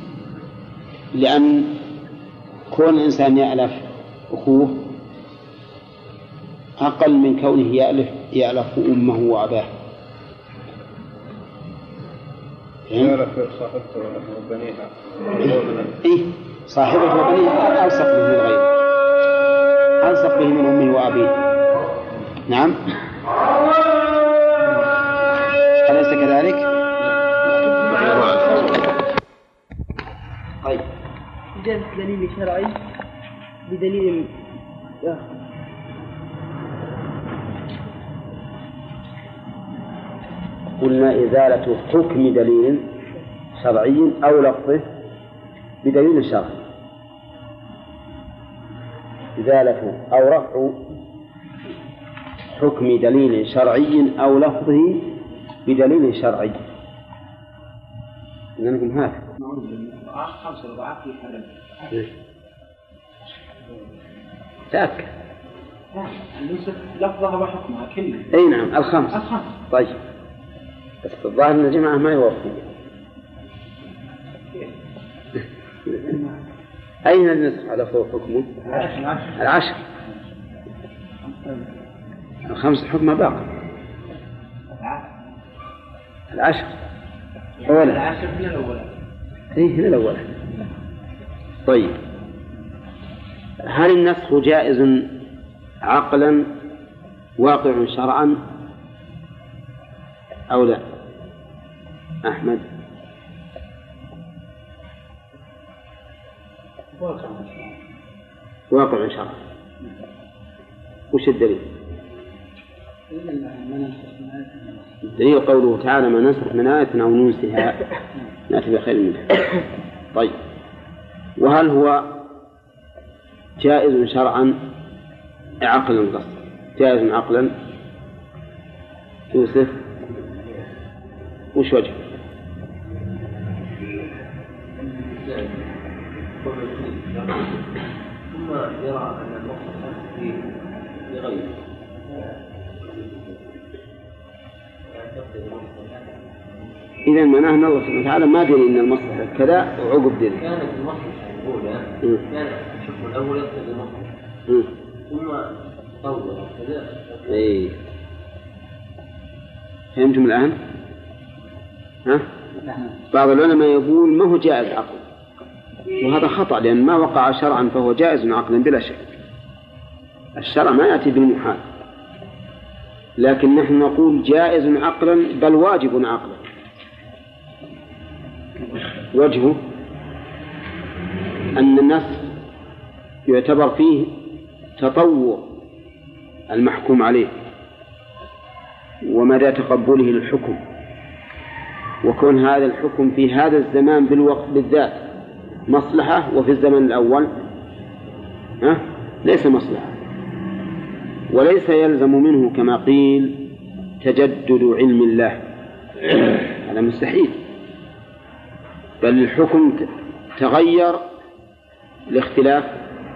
لأن كون الإنسان يألف أخوه أقل من كونه يألف أمه وأباه. يألف صاحبته وبنيها. إيه صاحبته وبنيها ألصق به من غيره، ألصق به من أمه وأبيه. نعم، أليس كذلك؟ طيب، جاء دليل شرعي بدليل قلنا إزالة حكم دليل شرعي أو لفظه بدليل شرعي، إزالة أو رفع حكم دليل شرعي أو لفظه بدليل شرعي. إنكم هذا 5 رضعات في حرم. تأكد. لفظها وحكمها كلها. أي نعم، الخمس. طيب، بس الظاهر أن الجماعة ما يوافقون. أين النسخ على فوق حكمه؟ 10. 5 حكمه باقي. 10 أولا. 10 من الأولى. إيه من الأولى. طيب، هل النسخ جائز عقلا واقع شرعا أو لا؟ أحمد. واقع شرعا. وش الدليل؟ الدليل قوله تعالى: ما ننسخ من آية أو ننسها نأتي بخير منها. طيب، وهل هو جائز شرعا عقلا؟ قصد جائز عقلا. يوسف وش وجه؟ ثم يرى أن المصلحة فيه لغيره، إذا معناه أن الله سبحانه وتعالى ما دري أن المصلحة كذا وعقب دري. كانت المصلحة الأولى كان الحكم الأول يقتضي المصلحة ثم تطور كذا. إيه، فهمتم الآن؟ ها؟ بعض العلماء يقول ما هو جائز عقلا، وهذا خطأ، لأن ما وقع شرعا فهو جائز عقلا بلا شك. الشرع ما يأتي بالمحال، لكن نحن نقول جائز عقلا بل واجب عقلا. وجهه أن النص يعتبر فيه تطور المحكوم عليه ومدى تقبله للحكم، وكون هذا الحكم في هذا الزمان بالوقت بالذات مصلحة، وفي الزمن الأول ليس مصلحة. وليس يلزم منه كما قيل تجدد علم الله، هذا مستحيل، بل الحكم تغير لاختلاف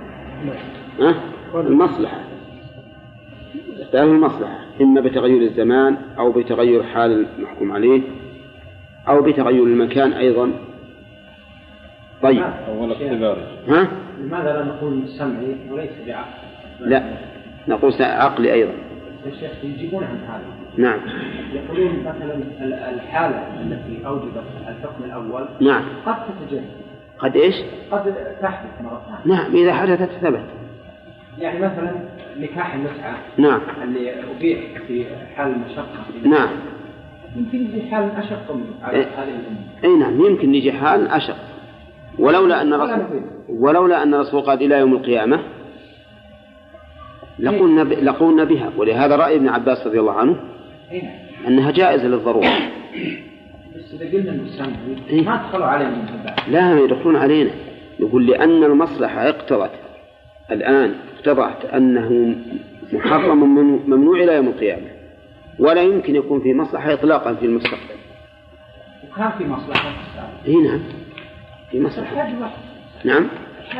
المصلحة، اختلاف المصلحة، إما بتغير الزمان أو بتغير حال المحكوم عليه أو بتغير المكان أيضا. طيب، أول اختبار. لماذا لا نقول سمعي وليس بعقل؟ لا، نقول عقلي أيضا. الشيخ يجيبون عن هذا. نعم، يقولون مثلا الحالة التي أوجدت الحكم الأول نعم قد تتجدد. قد إيش؟ قد تحدث مرة ثانية. نعم، إذا حدثت ثبت. يعني مثلا نكاح المتعة نعم اللي أبيح في حال المشقة. نعم، يمكن يجي حال أشق على هذه الأمة. أي نعم، يمكن يجي حال أشق، ولولا أن الرسول قال إلى يوم القيامة لقولنا بها. ولهذا رأي ابن عباس رضي الله عنه أنها جائزة للضرورة. بس إذا قلنا المسلمين ما تدخلوا علينا من هذا. لا، ما يدخلون علينا. يقول لأن المصلحة اقتضت الآن أنه محرم ممنوع إلى يوم القيامة، ولا يمكن يكون في مصلحة إطلاقا في المستقبل. وكان في مصلحة. نعم، في مصلحة. نعم،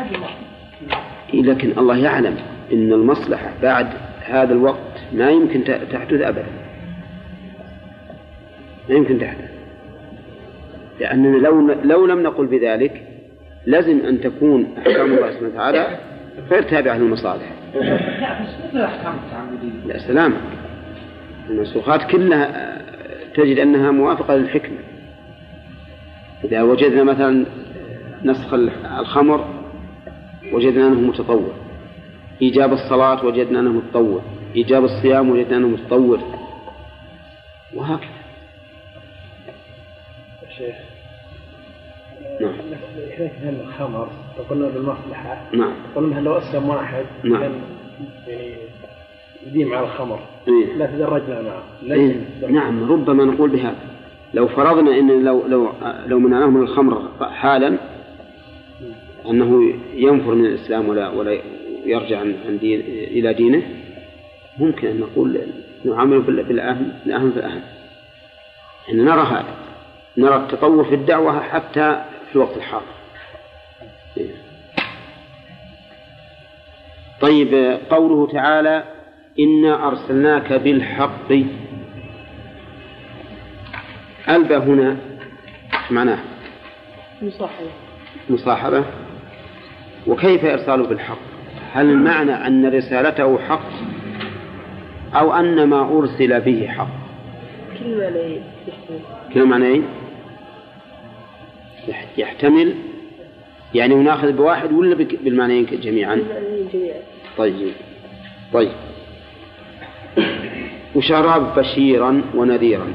لكن الله يعلم إن المصلحة بعد هذا الوقت ما يمكن تحدث أبدا. لا يمكن تحدث، لأننا لو لم نقل بذلك لازم أن تكون أحكام الله سبحانه وتعالى غير تابعة للمصالح. مثل أحكام التعبدية. لا سلام، المنسوخات كلها تجد أنها موافقة للحكمة. إذا وجدنا مثلا نسخ الخمر وجدنا أنه متطور، إيجاب الصلاة وجدنا أنه متطور، إيجاب الصيام وجدنا أنه متطور، وهكذا. شيخ نعم. إحنا كنا الخمر وقلنا بالمصلحة. نعم. قلنا لو أسلم واحد نعم. كان يعني يديم على الخمر. إيه؟ لا تدرجنا معه. إيه؟ نعم، ربما نقول بهذا. لو فرضنا أن لو منعناه من الخمر حالا أنه ينفر من الإسلام ولا يرجع عن دين إلى دينه، ممكن أن نقول نعامل بالأهم فالأهم. إن نرى هذا، نرى التطور في الدعوة حتى في الوقت الحاضر. طيب، قوله تعالى إنا أرسلناك بالحق، ألبى هنا معناه مصاحبة. وكيف إرساله بالحق؟ هل المعنى أن رسالته حق أو أن ما أرسل به حق؟ كل معنى يحتمل، يعني ناخذ بواحد ولا بالمعنيين جميعا؟ طيب. وشراب بشيرا ونذيرا.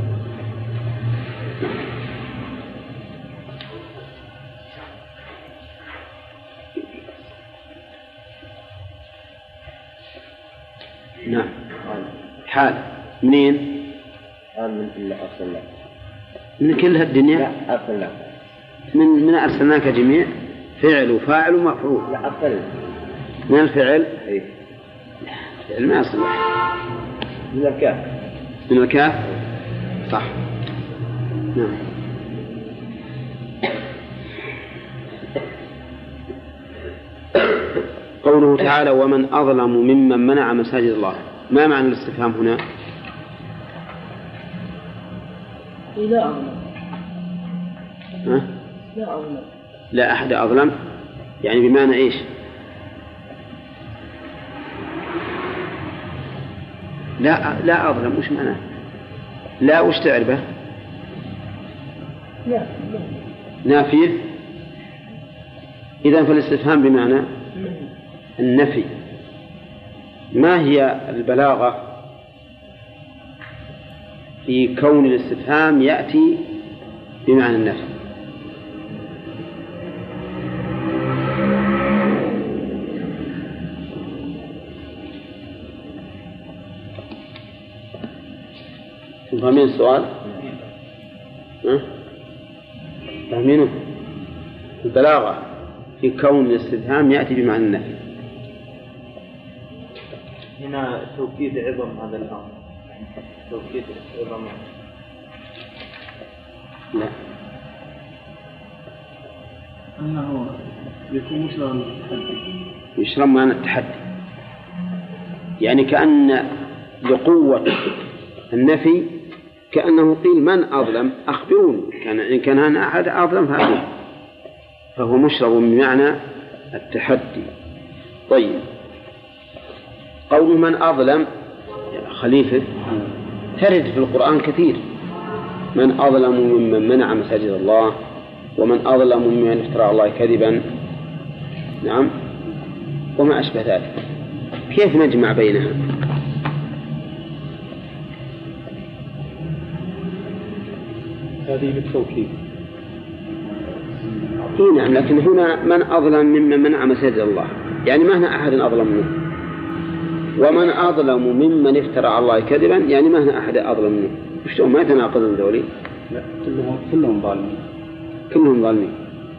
نعم. حال منين؟ حال من إلا أرسلناك. من كل هالدنيا؟ لا أرسلناك. من أرسلناك جميع فعل وفاعل ومفعول. لا أرسلناك. من الفعل؟ إيه. الفعل ما يصلح. من الكاف. من الكاف؟ صح. نعم. قوله تعالى ومن أظلم ممن منع مساجد الله، ما معنى الاستفهام هنا؟ لا أظلم. ها؟ لا أظلم. لا أحد أظلم، يعني بمعنى إيش؟ لا أظلم، وش معناه؟ لا وش تعرفه؟ لا. نافية. إذن فالاستفهام بمعنى النفي. ما هي البلاغة في كون الاستفهام يأتي بمعنى النفي؟ فاهمين السؤال؟ فاهمينه؟ البلاغة في كون الاستفهام يأتي بمعنى النفي. هنا توكيد عظم هذا الأمر. توكيد عظم. لا. أنه يكون مشرا للتحدي. يشرب معنى التحدي، يعني كأن لقوة النفي كأنه قيل من أظلم أخبروني، إن كان أنا أحد أظلم فهو مشرب بمعنى التحدي. طيب، قول من أظلم خليفة ترد في القرآن كثير، من أظلم ممن منع مساجد الله، ومن أظلم ممن افترى على الله كذبا، نعم، وما أشبه ذلك. كيف نجمع بينها؟ هذه بالتوكيد. نعم، لكن هنا من أظلم ممن منع مساجد الله، يعني ما هنا أحد أظلم منه. ومن أظلم ممن افترى على الله كذبا، يعني ما هنا أحد أظلم منه. وشو ما يتناقضون ذولي؟ لا، كلهم ظالمين. كلهم ظالمين،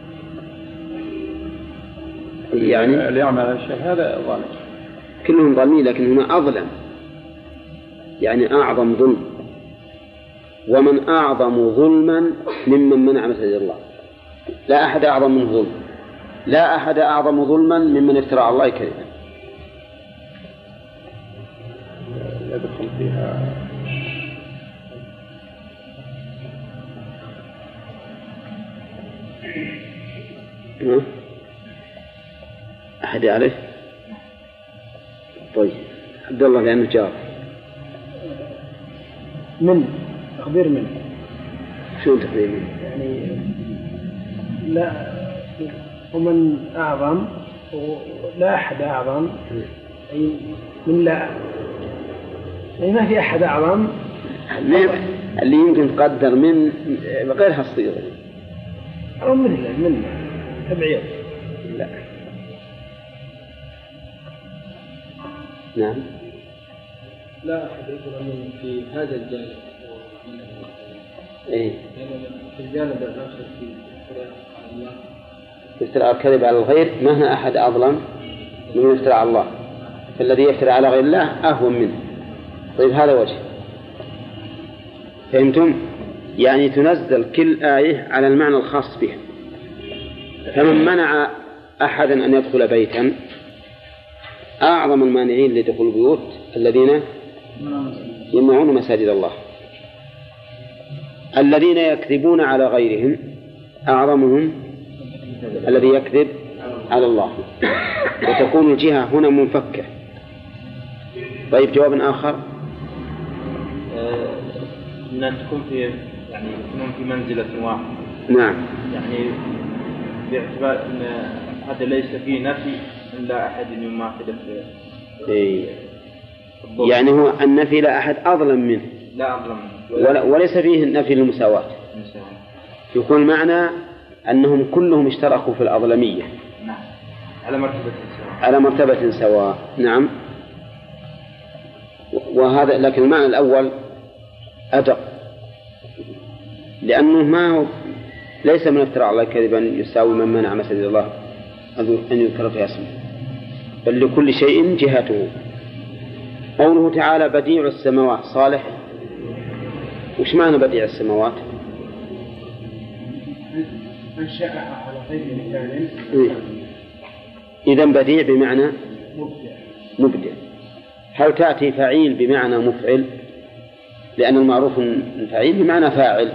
يعني اللي يعمل الشيء هذا ظالم. كلهم ظالمين، لكن هنا أظلم يعني أعظم ظلم. ومن أعظم ظلما ممن منع مساجد الله، لا أحد أعظم منه ظلم، لا أحد أعظم ظلما ممن افترى على الله كذبا. يدخل فيها أحد يعرف؟ طيب عبد الله لأنه جار. من تقدير من شو تقدير من؟ يعني لا ومن أعظم ولا أحد أعظم، أي من لا يعني ما في أحد أعظم. اللي يمكن تقدر من غير هالصيغة أو من تبعيض. لا. نعم. لا أحد يقول من في هذا الجانب. إيه. في الجانب الآخر في الله. يفترى الكذب على الغير ما هنا أحد أظلم من يفترى على الله، فالذي يفترى على غير الله أهون منه. طيب هذا وجه. فهمتم؟ يعني تنزل كل آية على المعنى الخاص بها. فمن منع أحدا أن يدخل بيتا، أعظم المانعين لدخول البيوت الذين يمنعون مساجد الله. الذين يكذبون على غيرهم أعظمهم الذي يكذب على الله، وتكون الجهة هنا منفكة. طيب جواب آخر أن تكون في منزلة واحدة. نعم. يعني باعتبار أن هذا ليس فيه نفي إلا أحد يماثل في يعني هو النفي لا أحد أظلم منه، لا أظلم منه، وليس فيه النفي للمساواة. يكون معنى أنهم كلهم اشتركوا في الأظلمية. نعم. على مرتبة سواء. نعم. وهذا لكن المعنى الأول أدق، لأنه ما هو ليس من افتراء على الكذب أن يساوي من منع مسجد الله أن يذكر فيها اسمه، بل لكل شيء جهته. قوله تعالى بديع السماوات صالح، وش معنى بديع السماوات؟ أنشأها على غير مثال. إذن بديع بمعنى مبدع. هل تأتي فعيل بمعنى مفعل؟ لأن المعروف الفعيل بمعنى فاعل.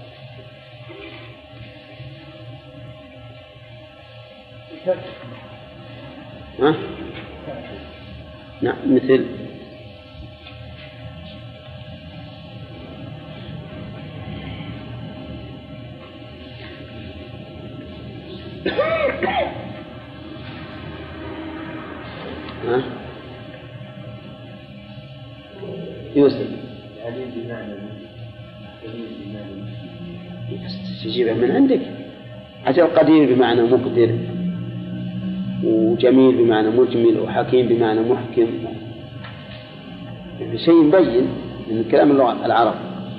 ها؟ نعم. مثل ها؟ يوسف تجيبها من عندك. أجل قدير بمعنى مقدر، وجميل بمعنى مجمل، وحكيم بمعنى محكم. شيء مبين من كلام اللغة العرب.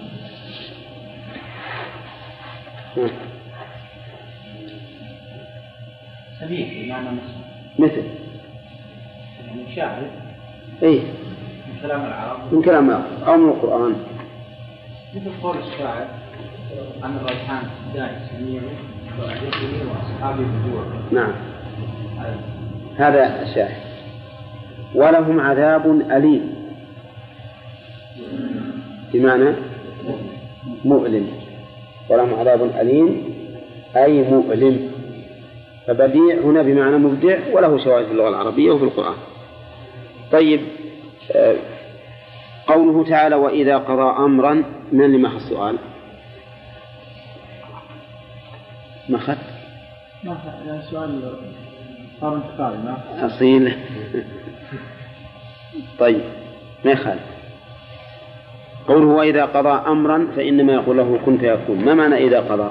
سبيح بمعنى مثل يعني شاعر. إيه من كلام العرب، من كلام العرب أو من القرآن، مثل قول الشاعر عن الريحان داعي سميع وأهله وأصحابه بجوع. نعم. هذا الشاهد. ولهم عذاب أليم بمعنى مؤلم. ولهم عذاب أليم أي مؤلم. فبديع هنا بمعنى مبدع، وله شواهد في اللغة العربية وفي القرآن. طيب قوله تعالى وإذا قضى أمرا، من اللي مخ السؤال؟ مخت؟ يعني سؤال صار انتقالي ما أصيل. طيب ما يخالف. قوله وإذا قضى أمرا فإنما يقول له كن فيكون. ما معنى إذا قضى؟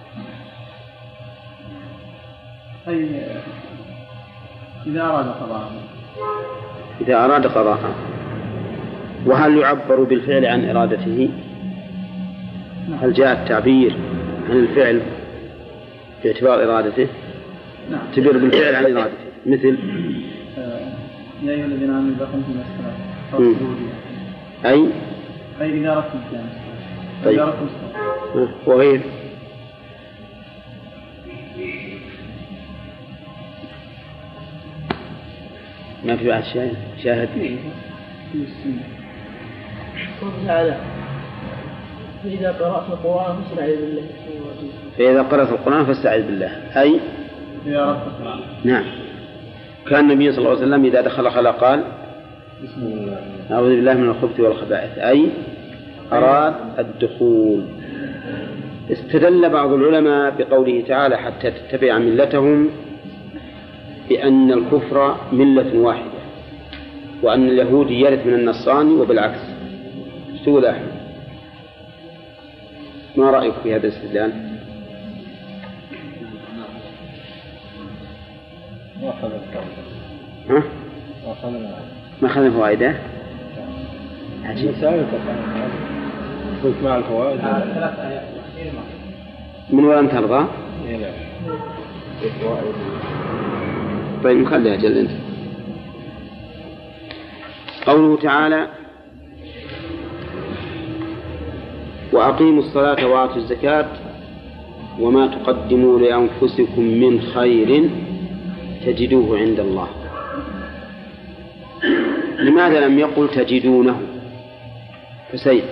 أي إذا أراد قضاء. إذا أراد قضاء. وهل يعبر بالفعل عن إرادته؟ هل جاء التعبير عن الفعل باعتبار إرادته؟ نعم. تعبير بالفعل عن إرادته مثل يا أيها الذين آمنوا إذا قمتم إلى الصلاة أي إذا أردتم الصلاة. طيب. إذا أردتم الصلاة. وغير ما في بعد شاهد تعالى فإذا قرأت القرآن فاستعذ بالله. فإذا قرأت القرآن فاستعذ بالله أي نعم. كان النبي صلى الله عليه وسلم إذا دخل خلا قال أعوذ بالله من الخبث والخبائث أي أراد الدخول. استدل بعض العلماء بقوله تعالى حتى تتبع ملتهم بأن الكفر ملة واحدة وأن اليهودي يرث من النصراني وبالعكس. سؤال أحمد ما رأيك في هذا الاستدلال؟ ها؟ ما أخذ فوائده؟ عجيب. قلت مع الفوائد من ولم ترضى؟ طيب نخليها جل انت. قوله تعالى وأقيموا الصلاة وآتوا الزكاة وما تقدموا لأنفسكم من خير تجدوه عند الله. لماذا لم يقل تجدونه؟ حسين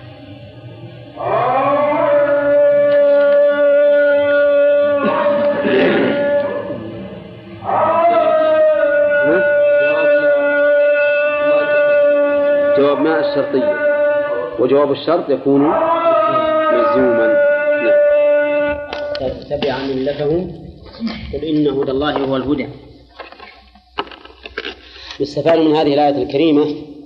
جواب ما الشرطية وجواب الشرط يكون مجزوما. تتبع ملتهم قل إن هدى الله هو الهدى. يستفاد من هذه الآية الكريمة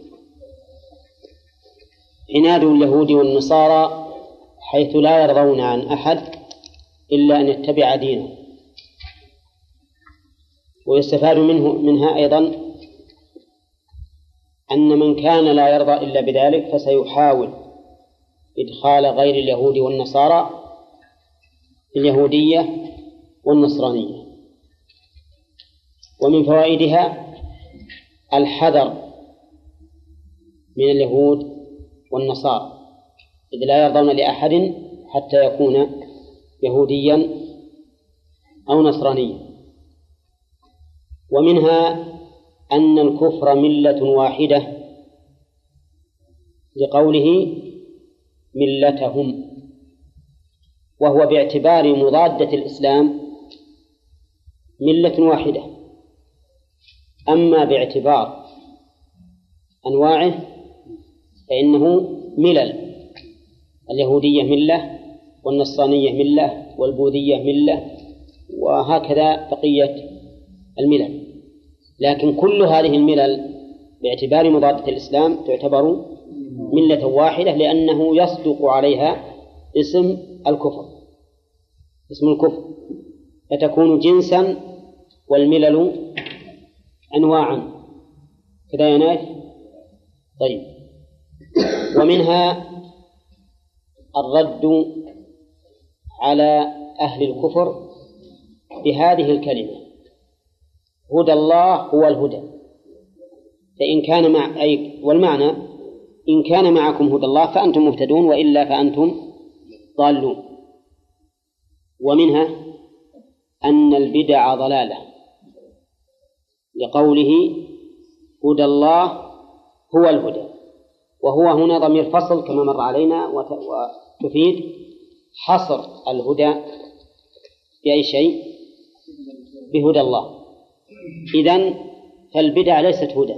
عناد اليهود والنصارى حيث لا يرضون عن أحد إلا أن يتبع دينه. ويستفاد منها أيضا أن من كان لا يرضى إلا بذلك فسيحاول إدخال غير اليهود والنصارى اليهودية والنصرانية. ومن فوائدها الحذر من اليهود والنصارى إذ لا يرضون لأحد حتى يكون يهوديا أو نصرانيا. ومنها أن الكفر ملة واحدة لقوله ملتهم، وهو باعتبار مضادة الإسلام ملة واحدة. أما باعتبار أنواعه فإنه ملل، اليهودية ملة والنصرانية ملة والبوذية ملة وهكذا بقية الملل. لكن كل هذه الملل باعتبار مضادة الإسلام تعتبر ملة واحدة لأنه يصدق عليها اسم الكفر، اسم الكفر، فتكون جنسا والملل أنواعا كذا يا نايف. طيب، ومنها الرد على أهل الكفر بهذه الكلمة هدى الله هو الهدى. فإن كان والمعنى إن كان معكم هدى الله فأنتم مهتدون وإلا فأنتم ضالون. ومنها أن البدع ضلالة لقوله هدى الله هو الهدى، وهو هنا ضمير فصل كما مر علينا وتفيد حصر الهدى بأي شيء؟ بهدى الله. إذن فالبدع ليست هدى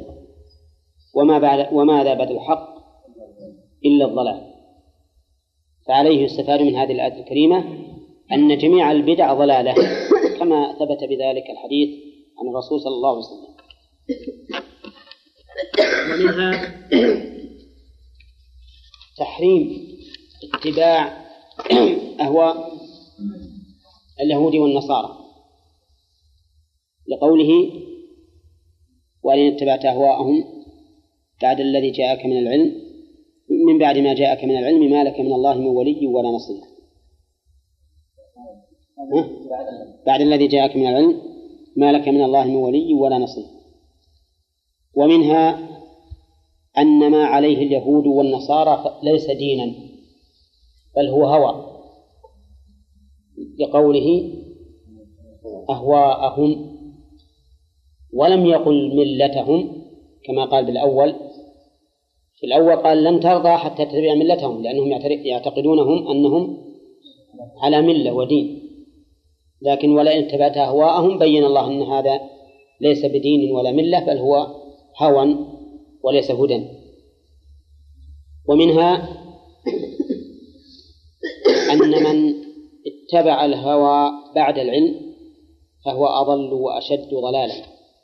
وماذا بعد الحق إلا الضلال. فعليه يستفاد من هذه الآية الكريمة أن جميع البدع ضلالة كما ثبت بذلك الحديث عن الرسول صلى الله عليه وسلم. ومنها تحريم اتباع أهواء اليهود والنصارى لقوله وإن اتبعت أهواءهم بعد الذي جاءك من العلم من بعد ما جاءك من العلم ما لك من الله من ولي ولا نصير. بعد الذي جاءك من العلم ما لك من الله من ولي ولا نصير. ومنها أن ما عليه اليهود والنصارى ليس دينا بل هو هوى لقوله أهواءهم، ولم يقل ملتهم كما قال بالأول في الأول قال لن ترضى حتى تتبع ملتهم، لأنهم يعتقدونهم أنهم على ملة ودين، لكن ولئن اتبعت أهواءهم بين الله أن هذا ليس بدين ولا ملة، بل هو هوى وليس هدى. ومنها أن من اتبع الهوى بعد العلم فهو أضل وأشد ضلالا،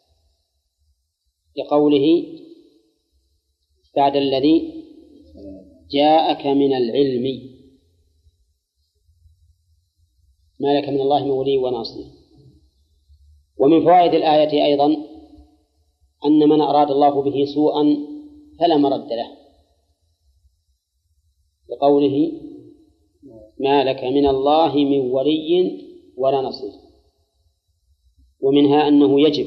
لقوله بعد الذي جاءك من العلم ما لك من الله من ولي وناصر. ومن فوائد الآية أيضا أن من أراد الله به سوءا فلا مرد له، لقوله ما لك من الله من ولي ولا نصير. ومنها أنه يجب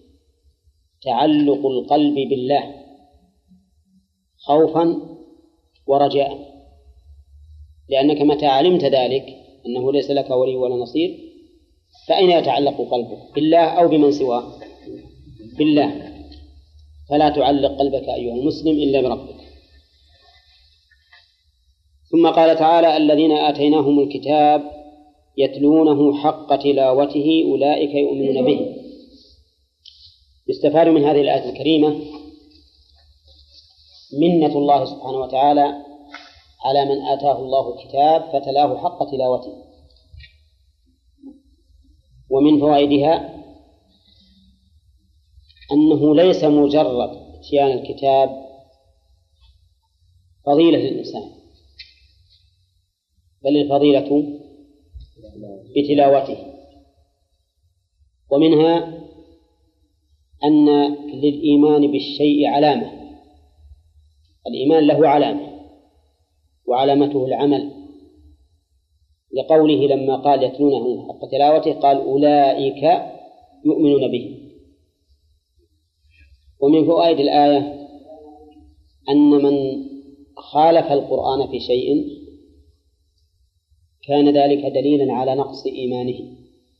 تعلق القلب بالله خوفا ورجاء، لأنك متى علمت ذلك أنه ليس لك ولي ولا نصير فأين يتعلق قلبك؟ بالله أو بمن سواه؟ بالله. فلا تعلق قلبك أيها المسلم إلا بربك. ثم قال تعالى الذين آتيناهم الكتاب يتلونه حق تلاوته أولئك يؤمنون به. يستفاد من هذه الآية الكريمة منة الله سبحانه وتعالى على من آتاه الله الكتاب فتلاه حق تلاوته. ومن فوائدها أنه ليس مجرد إتيان الكتاب فضيلة للإنسان، بل الفضيلة بتلاوته. ومنها أن للإيمان بالشيء علامة، الإيمان له علامة وعلامته العمل، لقوله لما قال يتلونه حق تلاوته قال أولئك يؤمنون به. ومن فوائد الآية أن من خالف القرآن في شيء كان ذلك دليلا على نقص إيمانه.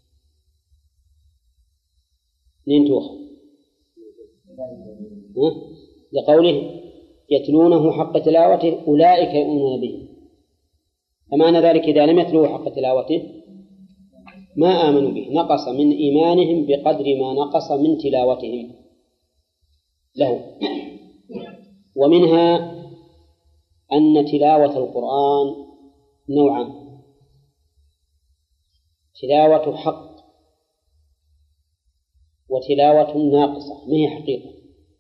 لقوله يتلونه حق تلاوته أولئك يؤمنون به، فمعنى ذلك إذا لم يتلوه حق تلاوته ما آمنوا به، نقص من إيمانهم بقدر ما نقص من تلاوتهم له. ومنها أن تلاوة القرآن نوعان: تلاوة حق وتلاوة ناقصة ما هي حقيقة.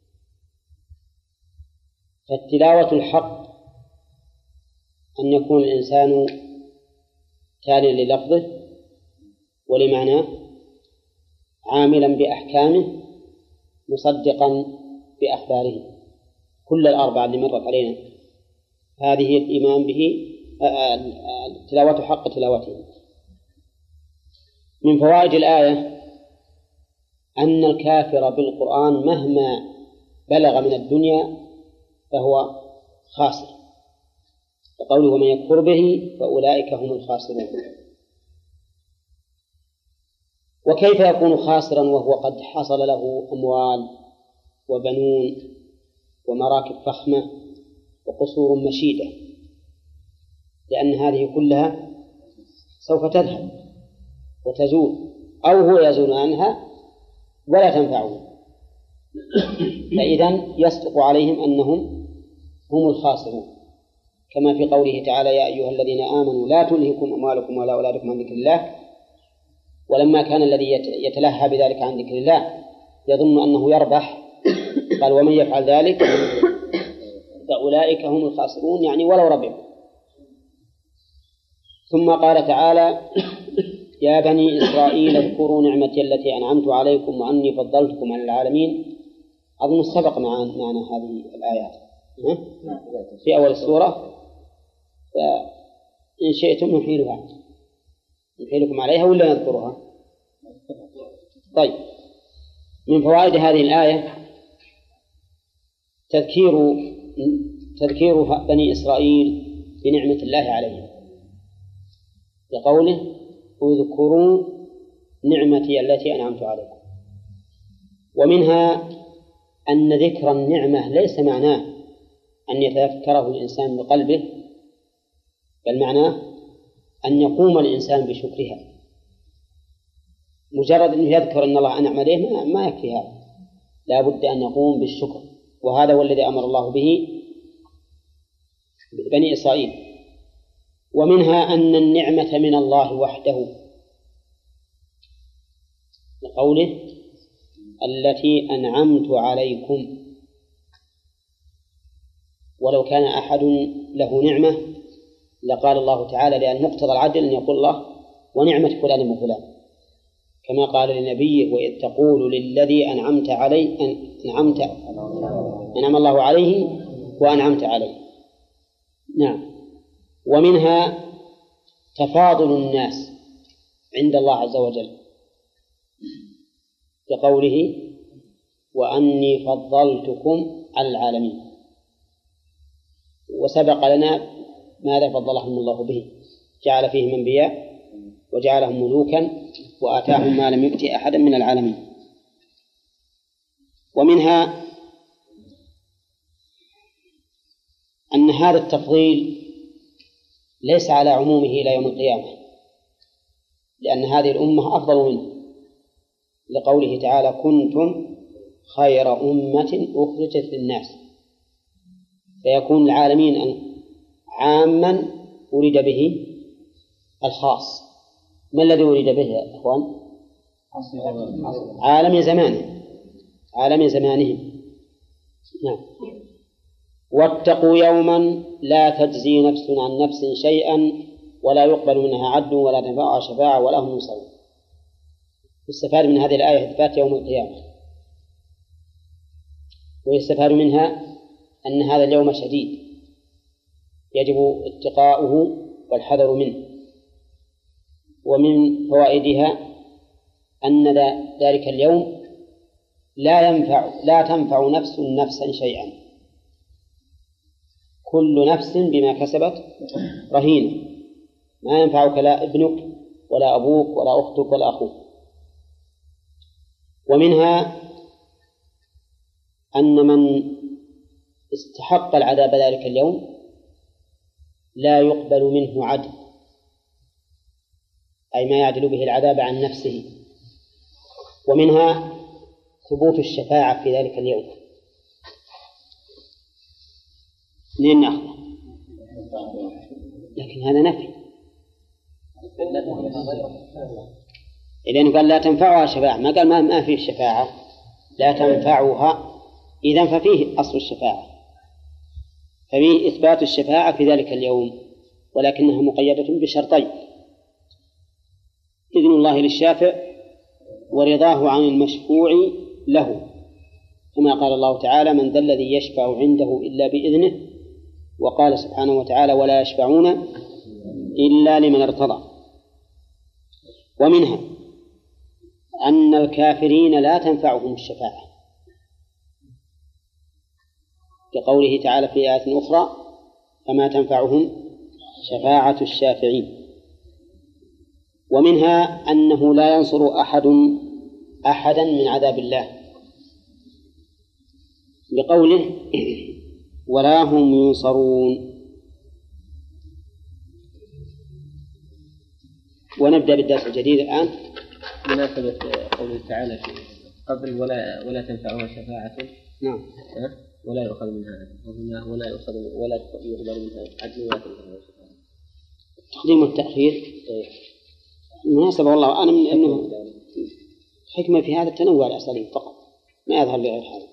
فالتلاوة الحق أن يكون الإنسان تاليا للفظه ولمعناه عاملا بأحكامه مصدقا بأخباره، كل الأربعة اللي مرت علينا هذه الإيمان به تلاوة حق تلاوته. من فوائد الآية أن الكافر بالقرآن مهما بلغ من الدنيا فهو خاسر، وقوله من يكفر به فأولئك هم الخاسرون. وكيف يكون خاسرا وهو قد حصل له أموال وبنون ومراكب فخمة وقصور مشيدة؟ لأن هذه كلها سوف تذهب وتزول أو هو يزول عنها ولا تنفعه، فإذن يصدق عليهم أنهم هم الخاسرون، كما في قوله تعالى يا أيها الذين آمنوا لا تلهكم أموالكم ولا أولادكم عن ذكر الله. ولما كان الذي يتلهى بذلك عن ذكر الله يظن أنه يربح قال ومن يفعل ذلك فأولئك هم الخاسرون، يعني ولو ربحوا. ثم قال تعالى يا بني إسرائيل اذكروا نعمتي التي أنعمت عليكم وأني فضلتكم على العالمين. أظن سبق معنا هذه الآيات في أول السورة، فإن شئتم نحيلكم عليها ولا نذكرها. طيب، من فوائد هذه الآية تذكير بني إسرائيل بنعمة الله عليهم، بقوله اذكروا نعمتي التي أنعمت عليكم. ومنها أن ذكر النعمة ليس معناه أن يتذكره الإنسان بقلبه، بل معناه أن يقوم الإنسان بشكرها. مجرد أنه يذكر أن الله أنعم عليه ما يكفي هذا، لا بد أن يقوم بالشكر، وهذا هو الذي أمر الله به بني إسرائيل. ومنها أن النعمة من الله وحده، لقوله التي أنعمت عليكم. ولو كان أحد له نعمة لقال الله تعالى، لأن مقتضى العدل أن يقول الله ونعمة فلان وفلان، كما قال لنبيه وإذ تقول للذي أنعمت عليه أنعم الله عليه وأنعمت عليه. نعم. ومنها تفاضل الناس عند الله عز وجل، كقوله وأني فضلتكم على العالمين. وسبق لنا ماذا فضلهم الله به، جعل فيهم أنبياء وجعلهم ملوكا وآتاهم ما لم يؤت أحدا من العالمين. ومنها أن هذا التفضيل ليس على عمومه إلى يوم القيامة، لأن هذه الأمة أفضل منه، لقوله تعالى كنتم خير أمة أخرجت للناس، فيكون العالمين عاما ولد به الخاص. ما الذي ولد به يا أخوان؟ عالم زمانهم. نعم. واتقوا يوما لا تجزي نفس عن نفس شيئا ولا يقبل منها عدل ولا تنفعها شفاعة ولا هم ينصرون. يستفاد من هذه الآية إثبات يوم القيامة، ويستفاد منها أن هذا اليوم شديد يجب اتقاؤه والحذر منه. ومن فوائدها أن ذلك اليوم لا تنفع نفس نفسا شيئا، كل نفس بما كسبت رهينة، ما ينفعك لا ابنك ولا أبوك ولا أختك ولا أخوك. ومنها أن من استحق العذاب ذلك اليوم لا يقبل منه عدل، أي ما يعدل به العذاب عن نفسه. ومنها ثبوت الشفاعة في ذلك اليوم. منين نأخذه؟ لكن هذا نفي، إذن قال لا تنفعها شفاعة، ما قال ما فيه الشفاعة، لا تنفعها، إذن ففيه أصل الشفاعة، ففيه إثبات الشفاعة في ذلك اليوم، ولكنها مقيدة بشرطين: إذن الله للشافع ورضاه عن المشفوع له، كما قال الله تعالى من ذا الذي يشفع عنده إلا بإذنه، وقال سبحانه وتعالى ولا يشفعون إلا لمن ارتضى. ومنها أن الكافرين لا تنفعهم الشفاعة، كقوله تعالى في آية أخرى فما تنفعهم شفاعة الشافعين. ومنها أنه لا ينصر أحدا من عذاب الله، بقوله ولا هم ينصرون. ونبدأ بالدرس الجديد الآن. مناسبة قوله تعالى قبل ولا تنفعها شفاعة. نعم. ولا يؤخذ منها عدل، ولا يقبل منها عدل ولا تنفعها شفاعة. تقديم التأخير مناسبة، والله أنا من أنه حكمة في هذا التنوع الأساليب فقط، ما يظهر لي غير هذا.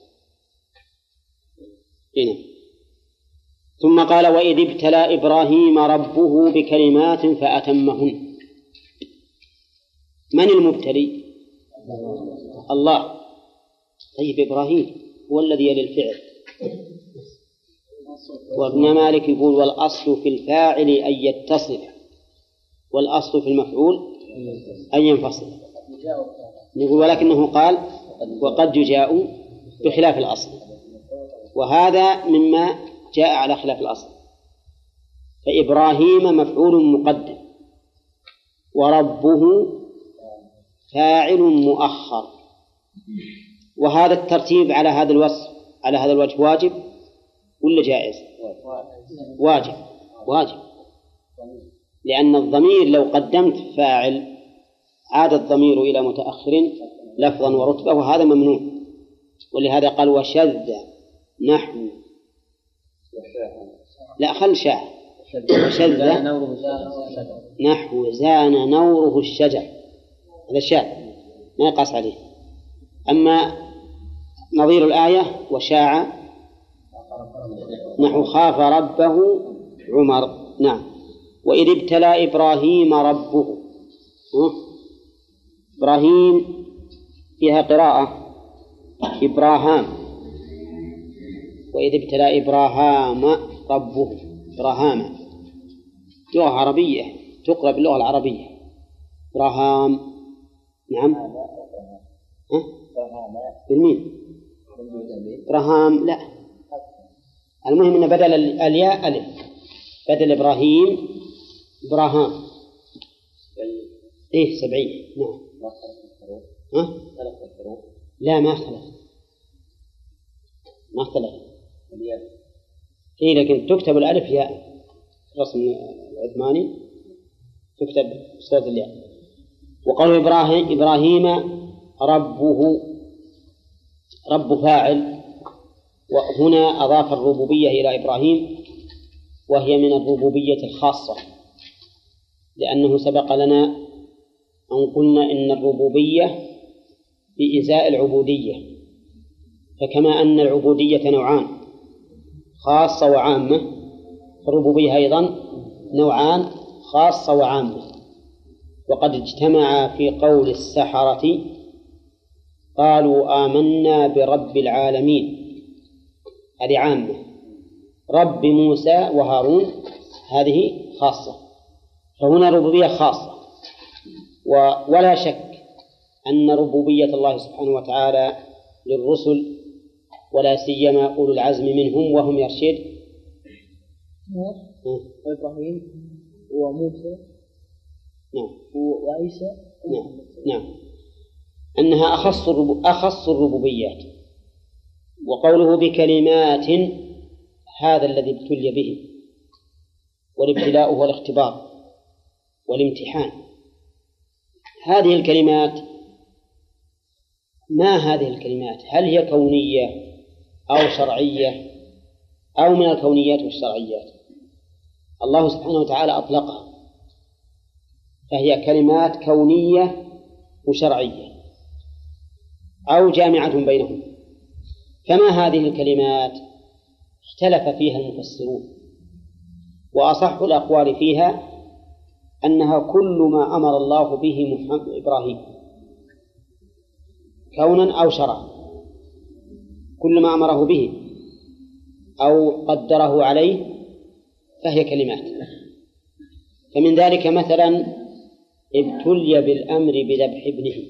هنا ثم قال وإذ ابتلى إبراهيم ربه بكلمات فأتمهن. من المبتلي؟ الله. طيب إبراهيم هو الذي يلي الفعل، وابن مالك يقول والأصل في الفاعل أن يتصل، والأصل في المفعول أن ينفصل. نقول ولكنه قال وقد يجاء بخلاف الأصل، وهذا مما جاء على خلاف الأصل. فإبراهيم مفعول مقدم، وربه فاعل مؤخر، وهذا الترتيب على هذا الوصف على هذا الوجه واجب، ولا جائز؟ واجب، لأن الضمير لو قدمت فاعل عاد الضمير إلى متأخر لفظا ورتبة، وهذا ممنوع. ولهذا قال وشذ نحو لا خل شاع وشذ نحو زان نوره الشجر، هذا شاذ ما يقاس عليه. أما نظير الآية وشاع نحو خاف ربه عمر. نعم. وإذ ابتلى إبراهيم ربه، إبراهيم فيها قراءة إبراهام، وإذ ابتلى إبراهام ربه، إبراهام لغة عربية تقرأ باللغة العربية إبراهام. نعم. بالمين؟ إبراهام لا، المهم أن بدل الياء ألف، بدل إبراهيم إبراهام. إيه 70. نعم. لا ما اختلف. إيه لكن تكتب الألف ياء، رسم العثماني تكتب صوت الياء. وقالوا إبراهيم ربه، رب فاعل، وهنا أضاف الربوبية إلى إبراهيم، وهي من الربوبية الخاصة، لأنه سبق لنا أن قلنا إن الربوبية بإزاء العبودية، فكما أن العبودية نوعان خاصة وعامة، فالربوبية أيضا نوعان خاصة وعامة. وقد اجتمع في قول السحرة قالوا آمنا برب العالمين، هذه عامة. رب موسى وهارون هذه خاصة، فهنا ربوبية خاصة. ولا شك أن ربوبية الله سبحانه وتعالى للرسل، ولا سيما أولو العزم منهم وهم يرشد إبراهيم وموسى وعيسى. نعم. أنها أخص الربوبيات. وقوله بكلمات هذا الذي ابتلي به، والابتلاء هو الاختبار والامتحان. هذه الكلمات، ما هذه الكلمات؟ هل هي كونية أو شرعية أو من الكونيات والشرعيات؟ الله سبحانه وتعالى أطلقها، فهي كلمات كونية وشرعية أو جامعة بينهم. فما هذه الكلمات؟ اختلف فيها المفسرون، وأصح الأقوال فيها أنها كل ما أمر الله به إبراهيم كونا أو شرعا، كل ما أمره به أو قدره عليه فهي كلمات. فمن ذلك مثلا ابتلي بالأمر بذبح ابنه،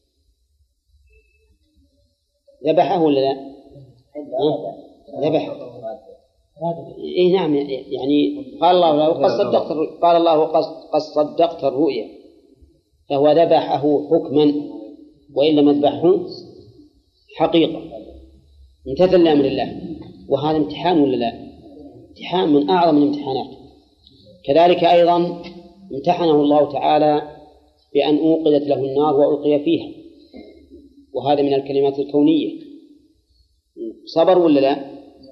ذبحه ولا لا؟ ذبح. إيه نعم، يعني قال الله له قد صدقت الرؤيا، فهو ذبحه حكما وإن لم يذبحه حقيقة، امتثل لأمر الله. وهذا امتحان ولا لا؟ امتحان من أعظم الامتحانات. كذلك أيضا امتحنه الله تعالى بأن أوقدت له النار وألقي فيها، وهذا من الكلمات الكونية. صبر ولا لا؟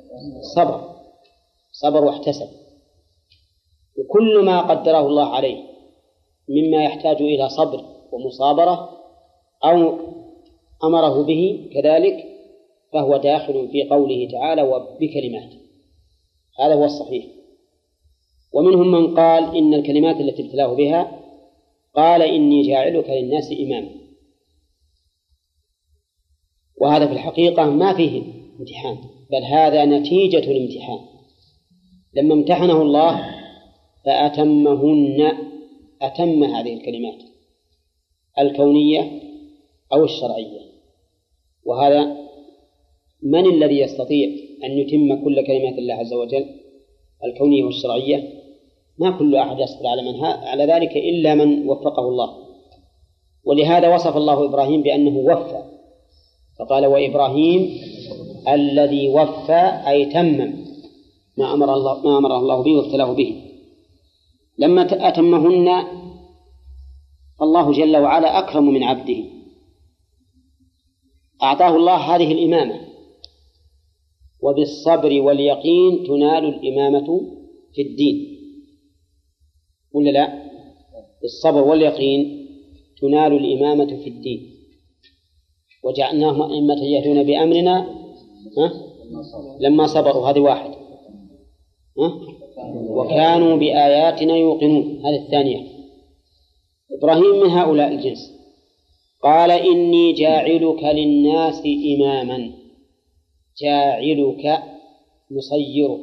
صبر واحتسب. وكل ما قدره الله عليه مما يحتاج إلى صبر ومصابرة أو أمره به كذلك فهو داخل في قوله تعالى وبكلمات. هذا هو الصحيح. ومنهم من قال إن الكلمات التي ابتلاه بها قال إني جاعلك للناس إماما، وهذا في الحقيقة ما فيه امتحان، بل هذا نتيجة الامتحان. لما امتحنه الله فأتمهن، أتم هذه الكلمات الكونية أو الشرعية. وهذا من الذي يستطيع أن يتم كل كلمات الله عز وجل الكونية والشرعية؟ ما كل أحد يستطيع على ذلك إلا من وفقه الله. ولهذا وصف الله إبراهيم بأنه وفى، فقال وإبراهيم الذي وفى أي تمم ما أمر الله به وابتلاه به. لما أتمهن الله جل وعلا أكرم من عبده، أعطاه الله هذه الإمامة، وبالصبر واليقين تنال الإمامة في الدين، ولا لا؟ بالصبر واليقين تنال الإمامة في الدين. وجعلناهم أئمة يهدون بأمرنا لما صبروا، هذه واحد، وكانوا بآياتنا يوقنون، هذه الثانية. إبراهيم من هؤلاء الجنس. قال إني جاعلك للناس إماما، جاعلك مصيرك،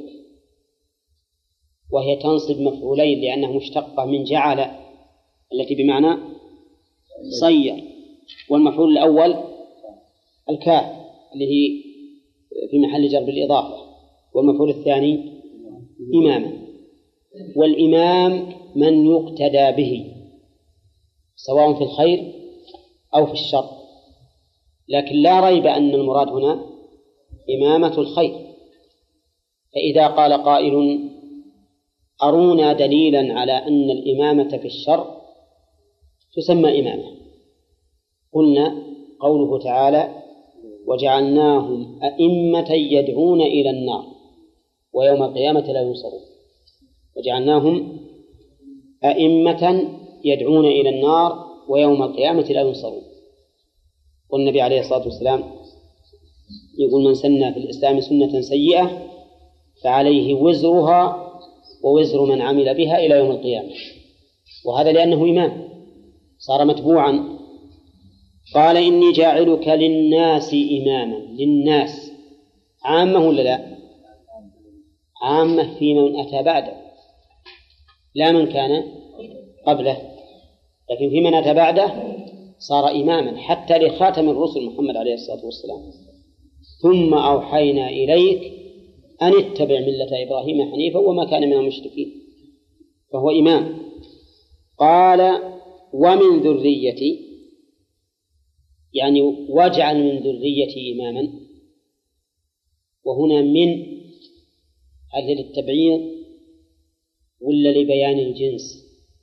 وهي تنصب مفعولين لأنها مشتقة من جعل التي بمعنى صير، والمفعول الأول الكاف اللي هي في محل جر بالإضافة، والمفعول الثاني إماما. والإمام من يقتدى به سواء في الخير أو في الشر، لكن لا ريب أن المراد هنا إمامة الخير. فإذا قال قائل أرونا دليلا على أن الإمامة في الشر تسمى إمامة، قلنا قوله تعالى وجعلناهم أئمة يدعون إلى النار ويوم القيامة لا ينصرون. وجعلناهم أئمة يدعون إلى النار ويوم القيامة لا ينصرون. والنبي عليه الصلاة والسلام يقول من سن في الإسلام سنة سيئة فعليه وزرها ووزر من عمل بها إلى يوم القيامة، وهذا لأنه إمام صار متبوعا. قال إني جاعلك للناس إماما، للناس عامة ولا لا؟ عامة في من أتى بعده، لا من كان قبله، لكن في من أتى بعده صار إماما حتى لخاتم الرسل محمد عليه الصلاة والسلام. ثم أوحينا إليك أن اتبع ملة إبراهيم حنيفا وما كان من المشركين، فهو إمام. قال ومن ذريتي، يعني واجعل من ذريتي إماما، وهنا من هل للتبعيض ولا لبيان الجنس؟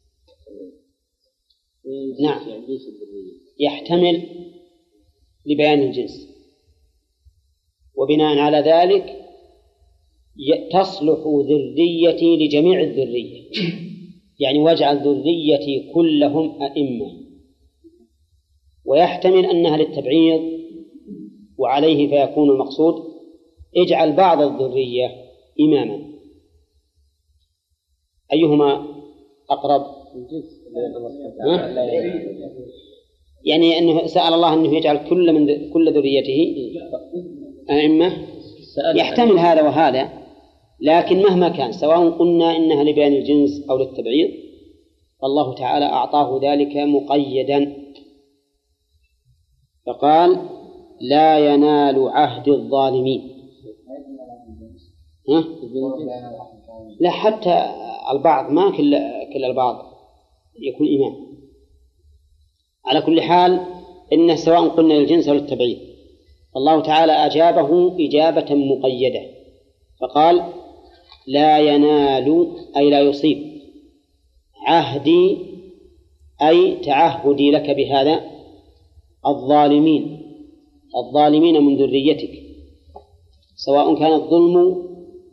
نعم، يحتمل لبيان الجنس. وبناء على ذلك تصلح ذريتي لجميع الذرية، يعني واجعل ذريتي كلهم أئمة. ويحتمل أنها للتبعيض وعليه فيكون المقصود اجعل بعض الذرية إماما. أيهما أقرب؟ يعني أنه سأل الله أنه يجعل كل ذريته أئمة، يحتمل هذا وهذا، لكن مهما كان سواء قلنا إنها لبيان الجنس أو للتبعيض فالله تعالى أعطاه ذلك مقيدا، فقال لا ينال عهد الظالمين. لا، حتى البعض، ما كل البعض يكون إمام. على كل حال إنه سواء قلنا للجنس أو للتبعيض الله تعالى أجابه إجابة مقيدة، فقال لا ينال أي لا يصيب، عهدي أي تعهدي لك بهذا الظالمين من ذريتك، سواء كان الظلم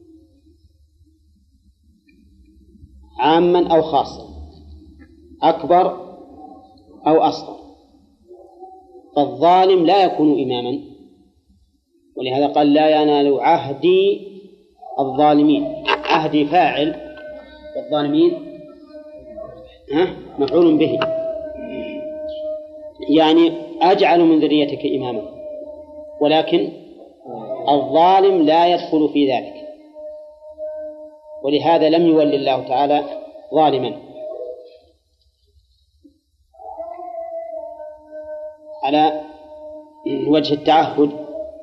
عاما أو خاصا، أكبر أو أصغر. فالظالم لا يكون إماما، ولهذا قال لا ينال عهدي الظالمين. عهدي فاعل والظالمين مفعول به، يعني أجعل من ذريتك إماما، ولكن الظالم لا يدخل في ذلك، ولهذا لم يولي الله تعالى ظالما. على وجه التعهد،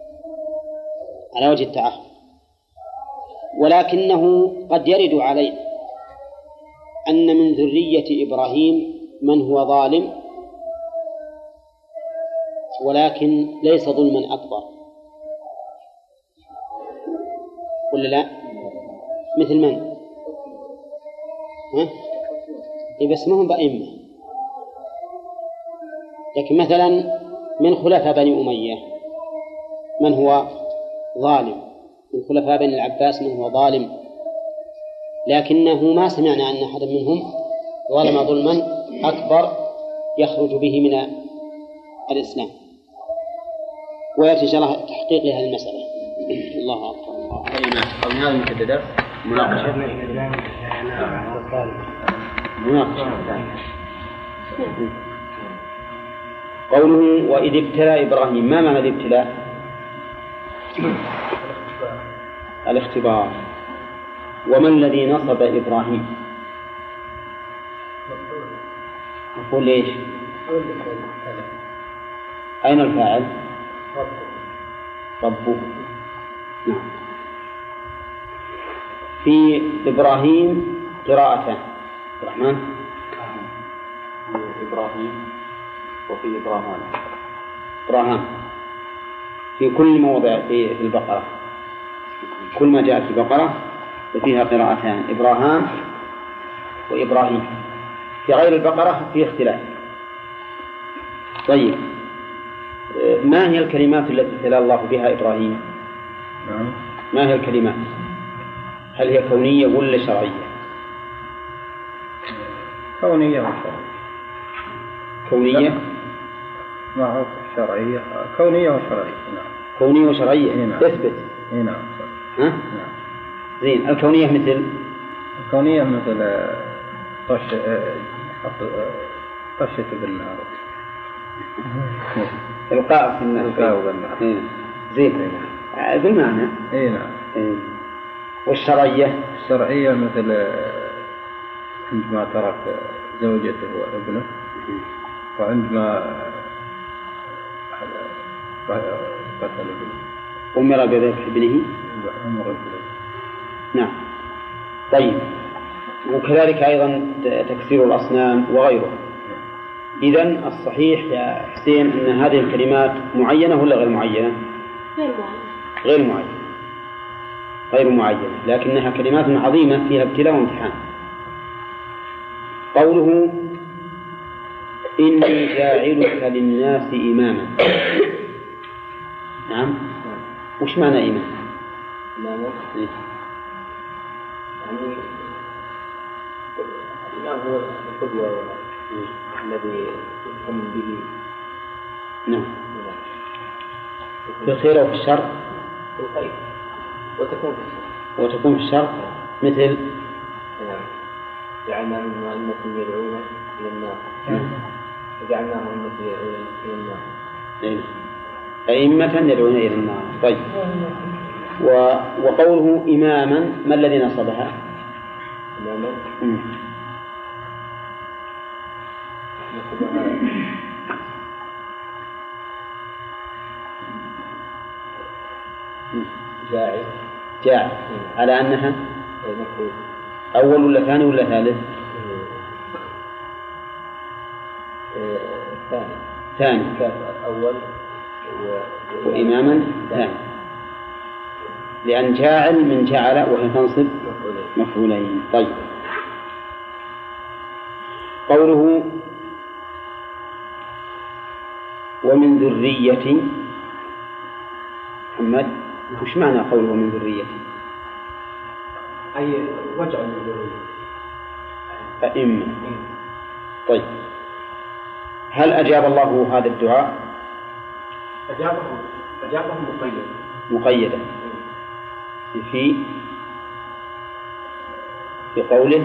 ولكنه قد يرد علينا أن من ذرية إبراهيم من هو ظالم، ولكن ليس ظلما أكبر، ولا لا؟ مثل من؟ ها؟ بس ما هم بأئمة. لكن مثلا من خلفاء بني أمية من هو ظالم، من خلفاء بني العباس من هو ظالم، لكنه ما سمعنا أن أحد منهم ظلم ظلما أكبر يخرج به من الإسلام. ويأتي إن شاء الله تحقيق لهذه المسألة. الله أكبر. أو هذه المحددات مناقشة. قوله وإذ ابتلى إبراهيم، ما معنى الابتلاء؟ الاختبار. وما الذي نصب إبراهيم؟ نقول ليش؟ أين الفاعل؟ ربه. نعم. في إبراهيم قراءتان. الرحمن إبراهيم وفي إبراهام. إبراهام في كل موضع في البقرة، كل ما جاء في البقرة فيها قراءتان، إبراهام وإبراهيم. في غير البقرة في اختلاف. طيب، ما هي الكلمات التي ابتلى الله بها إبراهيم؟ ما هي الكلمات؟ هل هي كونية ولا شرعية؟ كونية وشرعية. كونية معروف. شرعية. كونية وشرعية. نعم. كونية وشرعية. نعم. اثبت. نعم. ها؟ نعم. زين. الكونية مثل؟ الكونية مثل طشة بالنار. القاء في النار. القاء بالنار. زين. بالمعنى. اي نعم. والشرعية؟ الشرعية مثل عندما ترك زوجته وابنه، وعندما قتل ابنه. أمر بذبح ابنه. نعم. طيب، وكذلك أيضا تكسير الأصنام وغيره. إذن الصحيح يا حسين أن هذه الكلمات معينة ولا غير معينة؟ غير معينة. غير معينة، لكنها كلمات عظيمة فيها ابتلاء وامتحان. قوله إني جاعلك للناس إماما. نعم. وش معنى إمام؟ إمام يعني الإمام هو القدوة الذي يؤمن به. نعم. في الخير وفي الشر. في الخير وتكون في الشر. وتكون في الشر مثل جعلنا منهم أئمة يدعون إلى النار. وجعلناهم أئمة يدعون إلى النار. أئمة يدعون إلى النار. طيب، وقوله إماما ما الذي نصبها؟ إماما جاعل على أنها أول ولا ثاني ولا ثالث؟ ثاني. أول وإماما ثاني، لأن جاعل من جعل وهي تنصب مفعولين. طيب، قوله ومن ذرية محمد، وش معنى قوله من ذرية؟ أي وجعل من ذرية أئمة. طيب، هل أجاب الله هذا الدعاء؟ أجابه مقيدا في قوله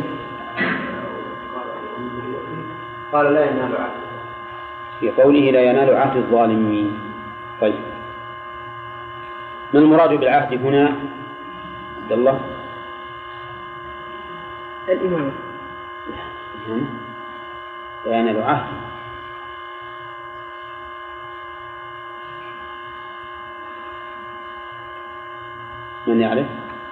قال لا ينال عهد. في قوله لا ينال عهد الظالمين. طيب، ما المراد بالعهد هنا عبد الله؟ الإمامة. لا ينال عهد. من يعرف؟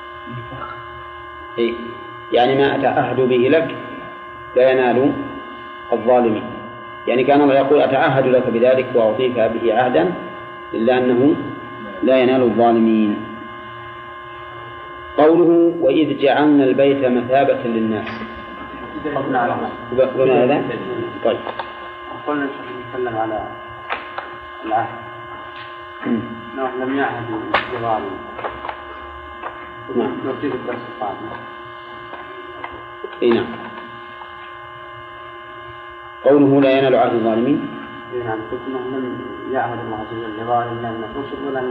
إيه؟ يعني ما أتعهد به لك لا ينال الظالمين. يعني كان الله يقول أتعهد لك بذلك وأعطيك به عهدا، إلا أنه لا ينال الظالمين. قوله وإذ جعلنا البيت مثابة للناس قلنا هذا. طيب قلنا نتكلم على العهد لم يعهد الظالم نرتيب الدرس القادم. نعم. قوله لا ينال عهد الظالمين. نعم قلت انه لم يعهد الله عز وجل لظالم لا من الرسل ولا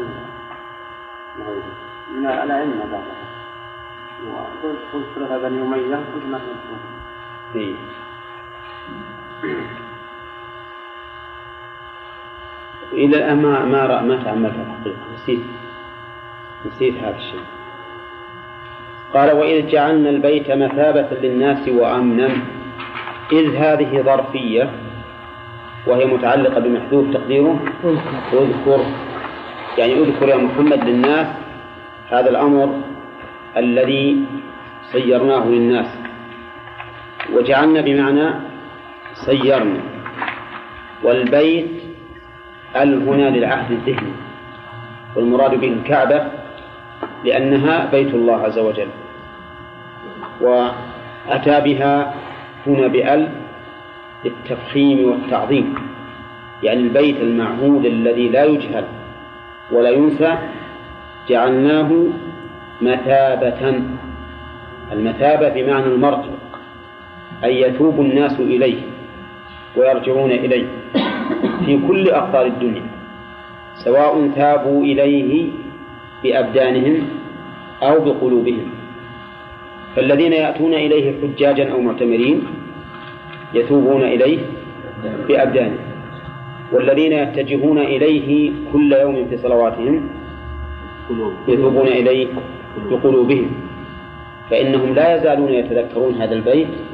من الأئمة بعدها. وقلت لها بني أمية قلت ما في إلى الآن ما تأملت الحقيقة، نسيت هذا الشيء. قال وإذ جعلنا البيت مثابة للناس وأمنا، إذ هذه ظرفية وهي متعلقة بمحذوف تقديره اذكر، يعني اذكر يا محمد للناس هذا الأمر الذي سيرناه للناس. وجعلنا بمعنى سيرنا، والبيت هنا للعهد الذهني، والمراد به الكعبة لأنها بيت الله عز وجل، وأتى بها هنا بأل للتفخيم والتعظيم، يعني البيت المعهود الذي لا يجهل ولا ينسى جعلناه مثابة. المثابة بمعنى المرجع، أي يتوب الناس إليه ويرجعون إليه في كل أقطار الدنيا، سواء تابوا إليه بأبدانهم أو بقلوبهم. فالذين يأتون إليه حجاجا أو معتمرين يتوبون إليه بأبدانهم، والذين يتجهون إليه كل يوم في صلواتهم يتوبون إليه بقلوبهم، فإنهم لا يزالون يتذكرون هذا البيت